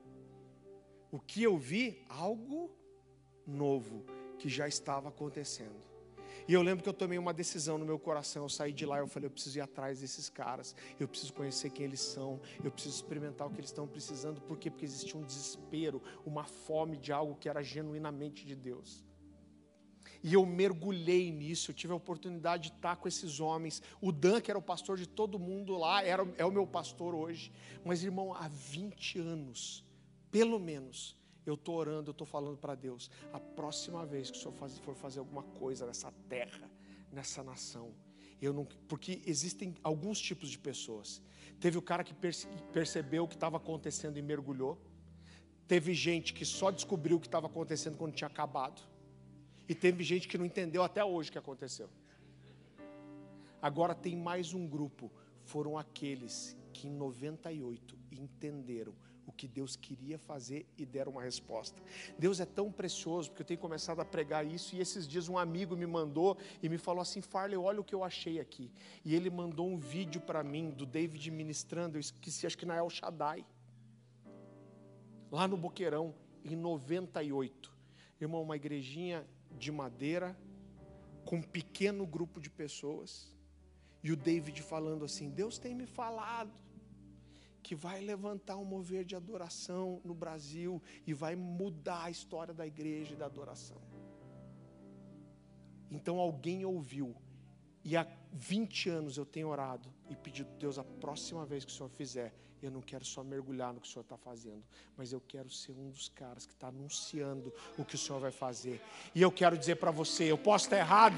O que eu vi? Algo novo que já estava acontecendo. E eu lembro que eu tomei uma decisão no meu coração. Eu saí de lá e eu falei, eu preciso ir atrás desses caras. Eu preciso conhecer quem eles são. Eu preciso experimentar o que eles estão precisando. Por quê? Porque existia um desespero, uma fome de algo que era genuinamente de Deus. E eu mergulhei nisso, eu tive a oportunidade de estar com esses homens. O Dan, que era o pastor de todo mundo lá, era, é o meu pastor hoje. Mas, irmão, há vinte anos, pelo menos, eu estou orando, eu estou falando para Deus. A próxima vez que o Senhor faz, for fazer alguma coisa nessa terra, nessa nação, eu não, porque existem alguns tipos de pessoas. Teve o cara que perce, percebeu o que estava acontecendo e mergulhou. Teve gente que só descobriu o que estava acontecendo quando tinha acabado. E teve gente que não entendeu até hoje o que aconteceu. Agora tem mais um grupo. Foram aqueles que em noventa e oito entenderam o que Deus queria fazer e deram uma resposta. Deus é tão precioso, porque eu tenho começado a pregar isso. E esses dias um amigo me mandou e me falou assim, Farley, olha o que eu achei aqui. E ele mandou um vídeo para mim do David ministrando. Eu esqueci, acho que na El Shaddai, lá no Boqueirão, em noventa e oito. Irmão, uma igrejinha de madeira, com um pequeno grupo de pessoas, e o David falando assim, Deus tem me falado que vai levantar um mover de adoração no Brasil, e vai mudar a história da igreja e da adoração. Então alguém ouviu, e há vinte anos eu tenho orado, e pedido, Deus, a próxima vez que o Senhor fizer, eu não quero só mergulhar no que o Senhor está fazendo, mas eu quero ser um dos caras que está anunciando o que o Senhor vai fazer. E eu quero dizer para você, eu posso estar errado?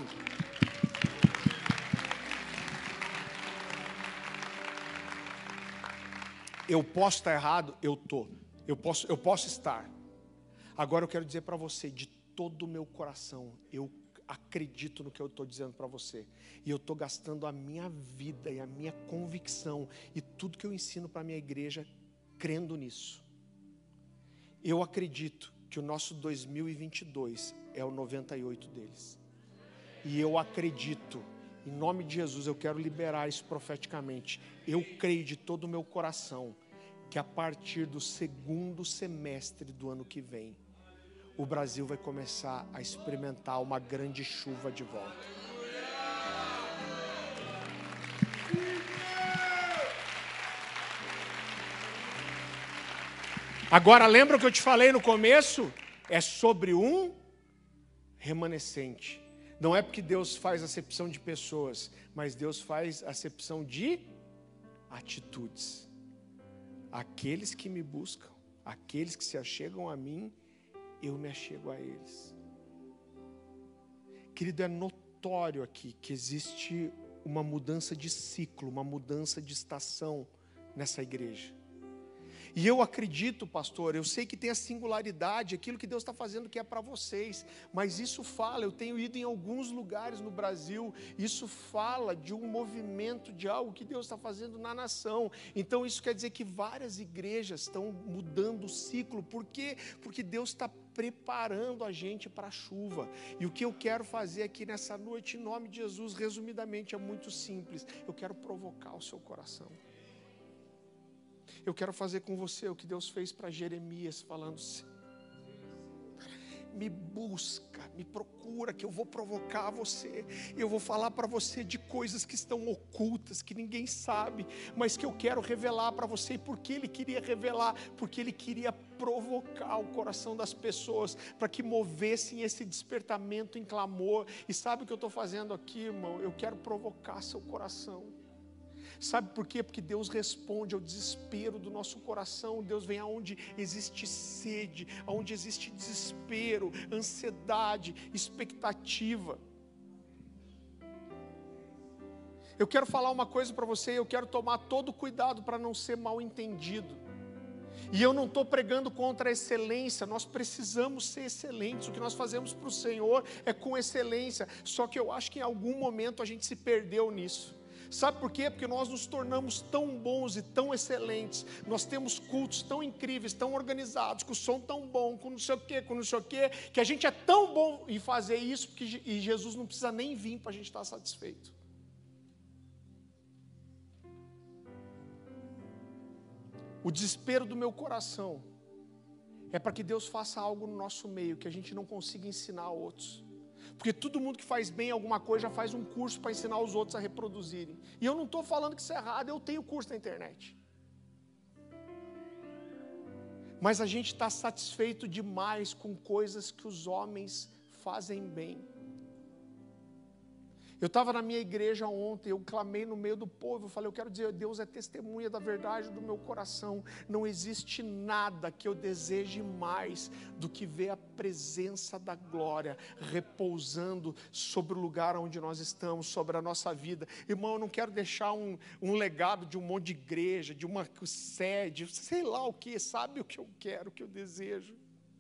Eu posso estar errado? Eu estou. Eu posso, eu posso estar. Agora eu quero dizer para você, de todo o meu coração, eu acredito no que eu estou dizendo para você. E eu estou gastando a minha vida e a minha convicção e tudo que eu ensino para a minha igreja, crendo nisso. Eu acredito que o nosso dois mil e vinte e dois é o noventa e oito deles. E eu acredito, em nome de Jesus, eu quero liberar isso profeticamente. Eu creio de todo o meu coração que a partir do segundo semestre do ano que vem, o Brasil vai começar a experimentar uma grande chuva de volta. Agora, lembra o que eu te falei no começo? É sobre um remanescente. Não é porque Deus faz acepção de pessoas, mas Deus faz acepção de atitudes. Aqueles que me buscam, aqueles que se achegam a mim, eu me achego a eles. Querido, é notório aqui que existe uma mudança de ciclo, uma mudança de estação nessa igreja. E eu acredito, pastor, eu sei que tem a singularidade, aquilo que Deus está fazendo que é para vocês, mas isso fala, eu tenho ido em alguns lugares no Brasil, isso fala de um movimento, de algo que Deus está fazendo na nação. Então isso quer dizer que várias igrejas estão mudando o ciclo. Por quê? Porque Deus está preparando a gente para a chuva. E o que eu quero fazer aqui nessa noite, em nome de Jesus, resumidamente, é muito simples. Eu quero provocar o seu coração. Eu quero fazer com você o que Deus fez para Jeremias, falando: me busca, me procura, que eu vou provocar você. Eu vou falar para você de coisas que estão ocultas, que ninguém sabe, mas que eu quero revelar para você. E por que Ele queria revelar? Porque Ele queria provocar o coração das pessoas, para que movessem esse despertamento em clamor. E sabe o que eu estou fazendo aqui, irmão? Eu quero provocar seu coração. Sabe por quê? Porque Deus responde ao desespero do nosso coração. Deus vem aonde existe sede, aonde existe desespero, ansiedade, expectativa. Eu quero falar uma coisa para você, eu quero tomar todo cuidado para não ser mal entendido. E eu não estou pregando contra a excelência, nós precisamos ser excelentes. O que nós fazemos para o Senhor é com excelência. Só que eu acho que em algum momento a gente se perdeu nisso. Sabe por quê? Porque nós nos tornamos tão bons e tão excelentes. Nós temos cultos tão incríveis, tão organizados, com o som tão bom, com não sei o quê, com não sei o quê, que a gente é tão bom em fazer isso, que e Jesus não precisa nem vir para a gente estar satisfeito. O desespero do meu coração é para que Deus faça algo no nosso meio, que a gente não consiga ensinar a outros. Porque todo mundo que faz bem alguma coisa já faz um curso para ensinar os outros a reproduzirem. E eu não estou falando que isso é errado, eu tenho curso na internet. Mas a gente está satisfeito demais com coisas que os homens fazem bem. Eu estava na minha igreja ontem, eu clamei no meio do povo, eu falei, eu quero dizer, Deus é testemunha da verdade do meu coração. Não existe nada que eu deseje mais do que ver a presença da glória repousando sobre o lugar onde nós estamos, sobre a nossa vida. Irmão, eu não quero deixar um, um legado de um monte de igreja, de uma sede, sei lá o que, sabe o que eu quero, o que eu desejo?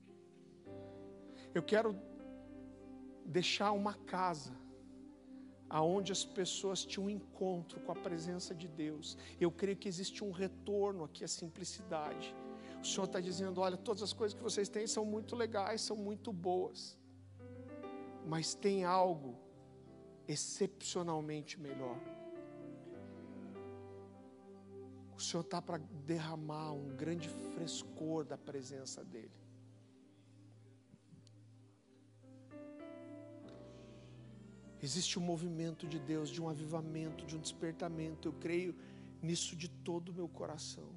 Eu quero deixar uma casa aonde as pessoas tinham um encontro com a presença de Deus. Eu creio que existe um retorno aqui à simplicidade. O Senhor está dizendo, olha, todas as coisas que vocês têm são muito legais, são muito boas, mas tem algo excepcionalmente melhor. O Senhor está para derramar um grande frescor da presença dEle. Existe um movimento de Deus, de um avivamento, de um despertamento. Eu creio nisso de todo o meu coração.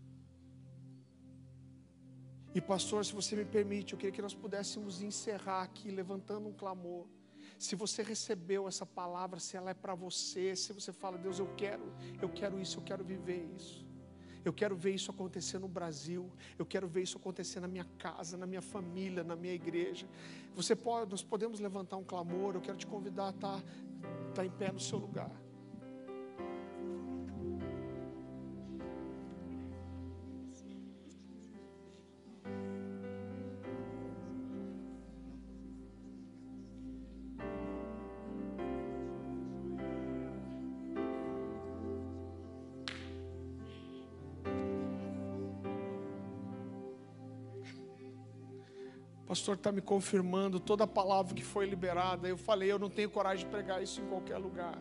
E pastor, se você me permite, eu queria que nós pudéssemos encerrar aqui, levantando um clamor. Se você recebeu essa palavra, se ela é para você, se você fala, Deus, eu quero, eu quero isso, eu quero viver isso. Eu quero ver isso acontecer no Brasil, eu quero ver isso acontecer na minha casa, na minha família, na minha igreja. Você pode, nós podemos levantar um clamor, eu quero te convidar a estar, estar em pé no seu lugar. O pastor está me confirmando toda a palavra que foi liberada. Eu falei, eu não tenho coragem de pregar isso em qualquer lugar.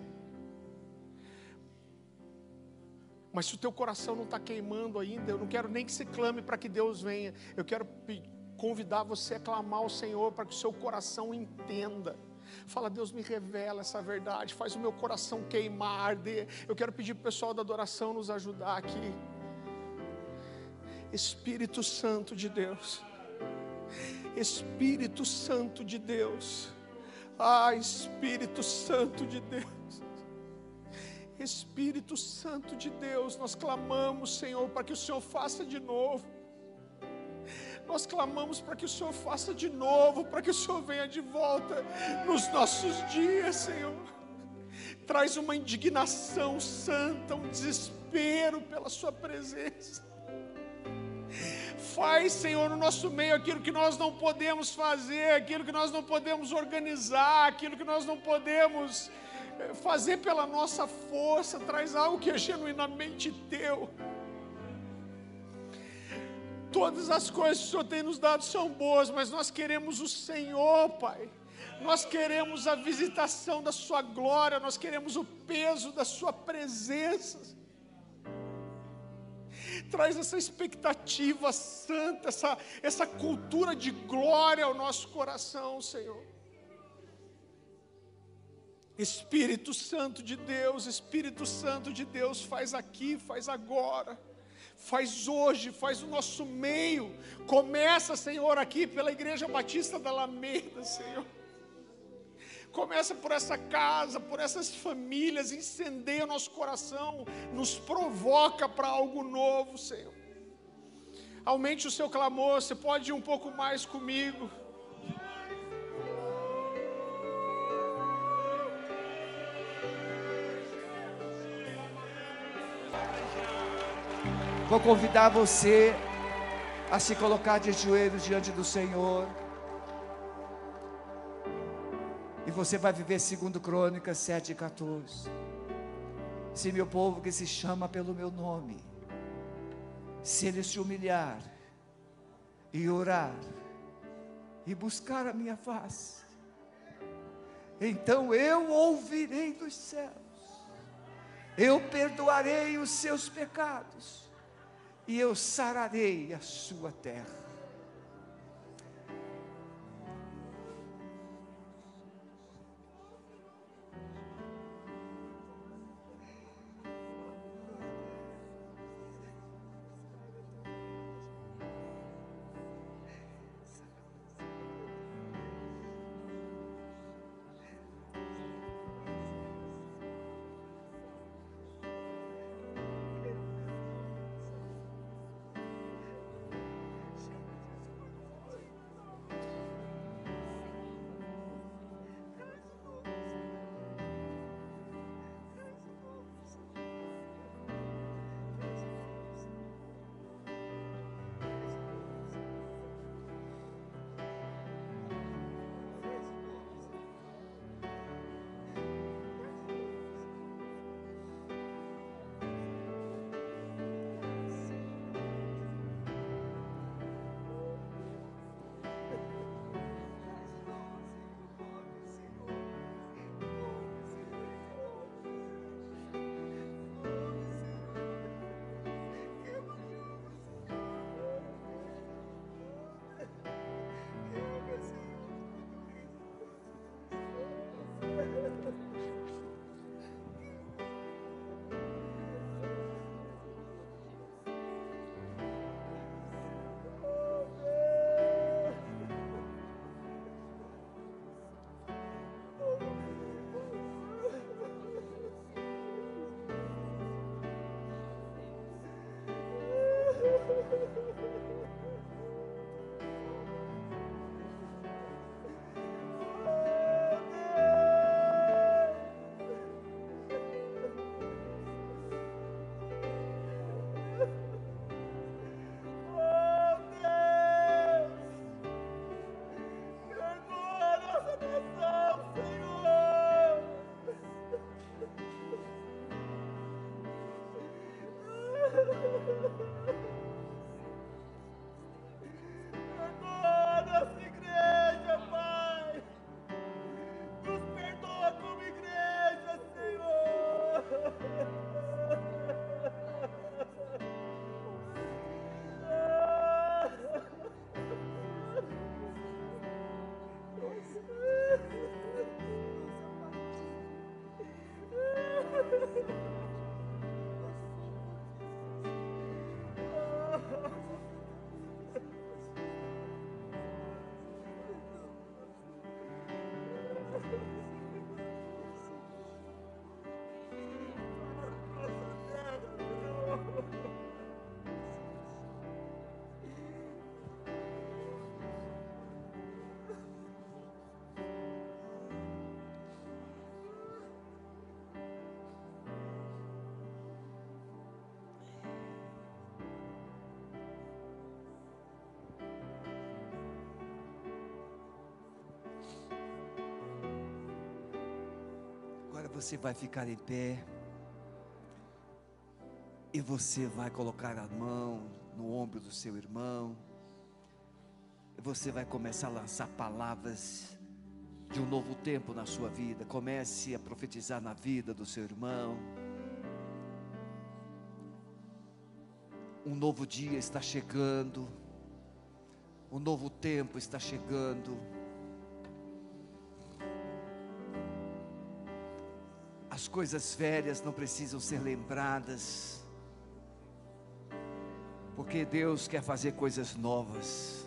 Mas se o teu coração não está queimando ainda, eu não quero nem que você clame para que Deus venha. Eu quero convidar você a clamar ao Senhor para que o seu coração entenda. Fala, Deus, me revela essa verdade, faz o meu coração queimar, arder. Eu quero pedir para o pessoal da adoração nos ajudar aqui. Espírito Santo de Deus, Espírito Santo de Deus, ah, Espírito Santo de Deus, Espírito Santo de Deus, nós clamamos, Senhor, para que o Senhor faça de novo. Nós clamamos para que o Senhor faça de novo, para que o Senhor venha de volta nos nossos dias, Senhor. Traz uma indignação santa, um desespero pela sua presença. Faz, Senhor, no nosso meio aquilo que nós não podemos fazer, aquilo que nós não podemos organizar, aquilo que nós não podemos fazer pela nossa força. Traz algo que é genuinamente teu. Todas as coisas que o Senhor tem nos dado são boas, mas nós queremos o Senhor, Pai. Nós queremos a visitação da sua glória, nós queremos o peso da sua presença. Traz essa expectativa santa, essa, essa cultura de glória ao nosso coração, Senhor. Espírito Santo de Deus, Espírito Santo de Deus, faz aqui, faz agora, faz hoje, faz no nosso meio. Começa, Senhor, aqui pela Igreja Batista da Alameda, Senhor. Começa por essa casa, por essas famílias, incendeia o nosso coração, nos provoca para algo novo, Senhor. Aumente o seu clamor, você pode ir um pouco mais comigo. Vou convidar você a se colocar de joelhos diante do Senhor. E você vai viver segundo Crônicas sete, quatorze. Se meu povo que se chama pelo meu nome, se ele se humilhar e orar e buscar a minha face, então eu ouvirei dos céus, eu perdoarei os seus pecados e eu sararei a sua terra. Você vai ficar em pé. E você vai colocar a mão no ombro do seu irmão. E você vai começar a lançar palavras de um novo tempo na sua vida. Comece a profetizar na vida do seu irmão. Um novo dia está chegando. Um novo tempo está chegando. As coisas velhas não precisam ser lembradas, porque Deus quer fazer coisas novas.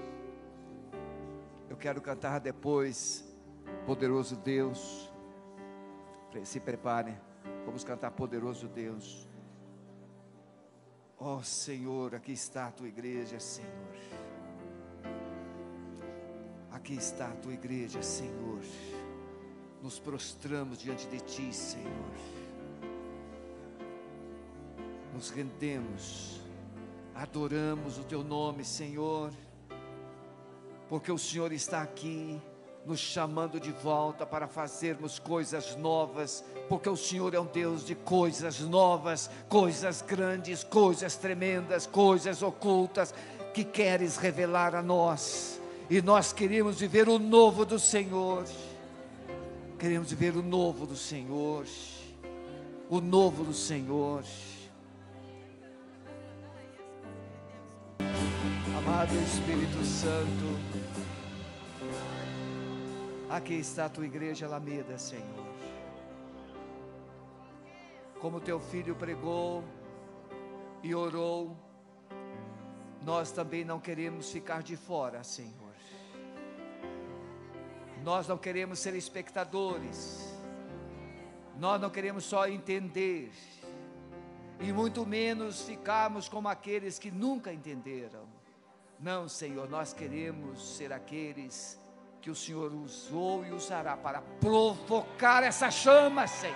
Eu quero cantar depois, Poderoso Deus. Se preparem, vamos cantar Poderoso Deus. Ó Senhor, aqui está a tua igreja, Senhor. Aqui está a tua igreja, Senhor. Nos prostramos diante de ti, Senhor. Nos rendemos, adoramos o teu nome, Senhor, porque o Senhor está aqui nos chamando de volta para fazermos coisas novas, porque o Senhor é um Deus de coisas novas, coisas grandes, coisas tremendas, coisas ocultas, que queres revelar a nós, e nós queremos viver o novo do Senhor. Queremos ver o novo do Senhor, o novo do Senhor. Amado Espírito Santo, aqui está a tua igreja Alameda, Senhor. Como teu filho pregou e orou, nós também não queremos ficar de fora, Senhor. Nós não queremos ser espectadores, nós não queremos só entender, e muito menos ficarmos como aqueles que nunca entenderam. Não, Senhor, nós queremos ser aqueles que o Senhor usou e usará para provocar essa chama, Senhor.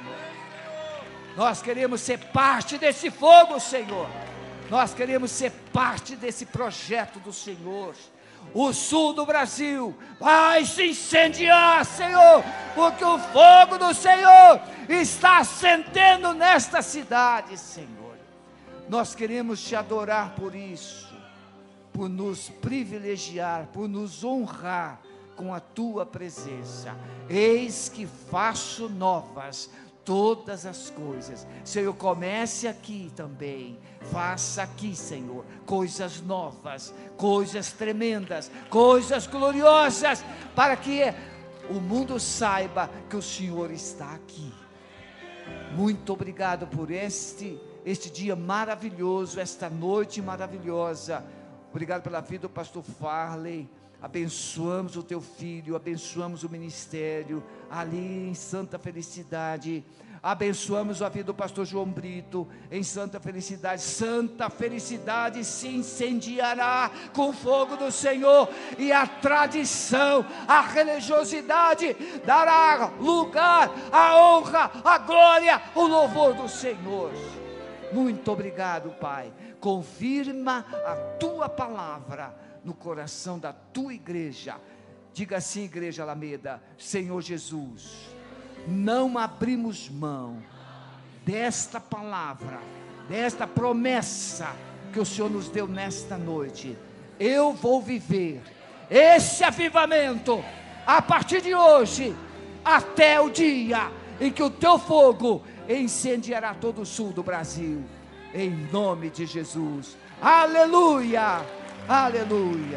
Nós queremos ser parte desse fogo, Senhor. Nós queremos ser parte desse projeto do Senhor. O sul do Brasil vai se incendiar, Senhor, porque o fogo do Senhor está acendendo nesta cidade, Senhor. Nós queremos te adorar por isso, por nos privilegiar, por nos honrar com a tua presença. Eis que faço novas todas as coisas. Senhor, comece aqui também, faça aqui, Senhor, coisas novas, coisas tremendas, coisas gloriosas, para que o mundo saiba que o Senhor está aqui. Muito obrigado por este, este dia maravilhoso, esta noite maravilhosa. Obrigado pela vida do pastor Farley. Abençoamos o teu filho, abençoamos o ministério ali em Santa Felicidade, abençoamos a vida do pastor João Brito em Santa Felicidade. Santa Felicidade se incendiará com o fogo do Senhor, e a tradição, a religiosidade dará lugar à honra, à glória, ao louvor do Senhor. Muito obrigado, Pai. Confirma a tua palavra no coração da tua igreja. Diga assim, igreja Alameda: Senhor Jesus, não abrimos mão desta palavra, desta promessa que o Senhor nos deu nesta noite. Eu vou viver esse avivamento a partir de hoje, até o dia em que o teu fogo incendiará todo o sul do Brasil, em nome de Jesus. Aleluia! Aleluia.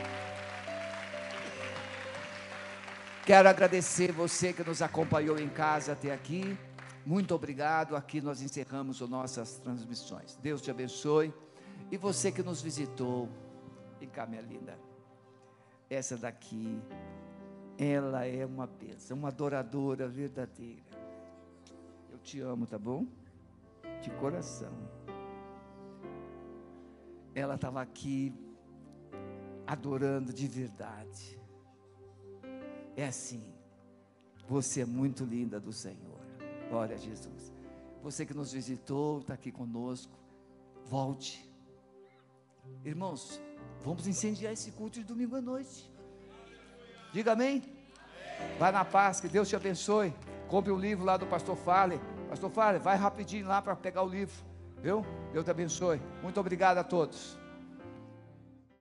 Quero agradecer você que nos acompanhou em casa até aqui. Muito obrigado. Aqui nós encerramos as nossas transmissões. Deus te abençoe. E você que nos visitou, vem cá, minha linda. Essa daqui, ela é uma bênção, uma adoradora verdadeira. Eu te amo, tá bom? De coração. Ela estava aqui adorando de verdade. É assim. Você é muito linda do Senhor. Glória a Jesus. Você que nos visitou, está aqui conosco, volte. Irmãos, vamos incendiar esse culto de domingo à noite. Diga amém. Vai na paz, que Deus te abençoe. Compre o livro lá do pastor Farley. Pastor Farley, vai rapidinho lá para pegar o livro, viu? Deus te abençoe. Muito obrigado a todos.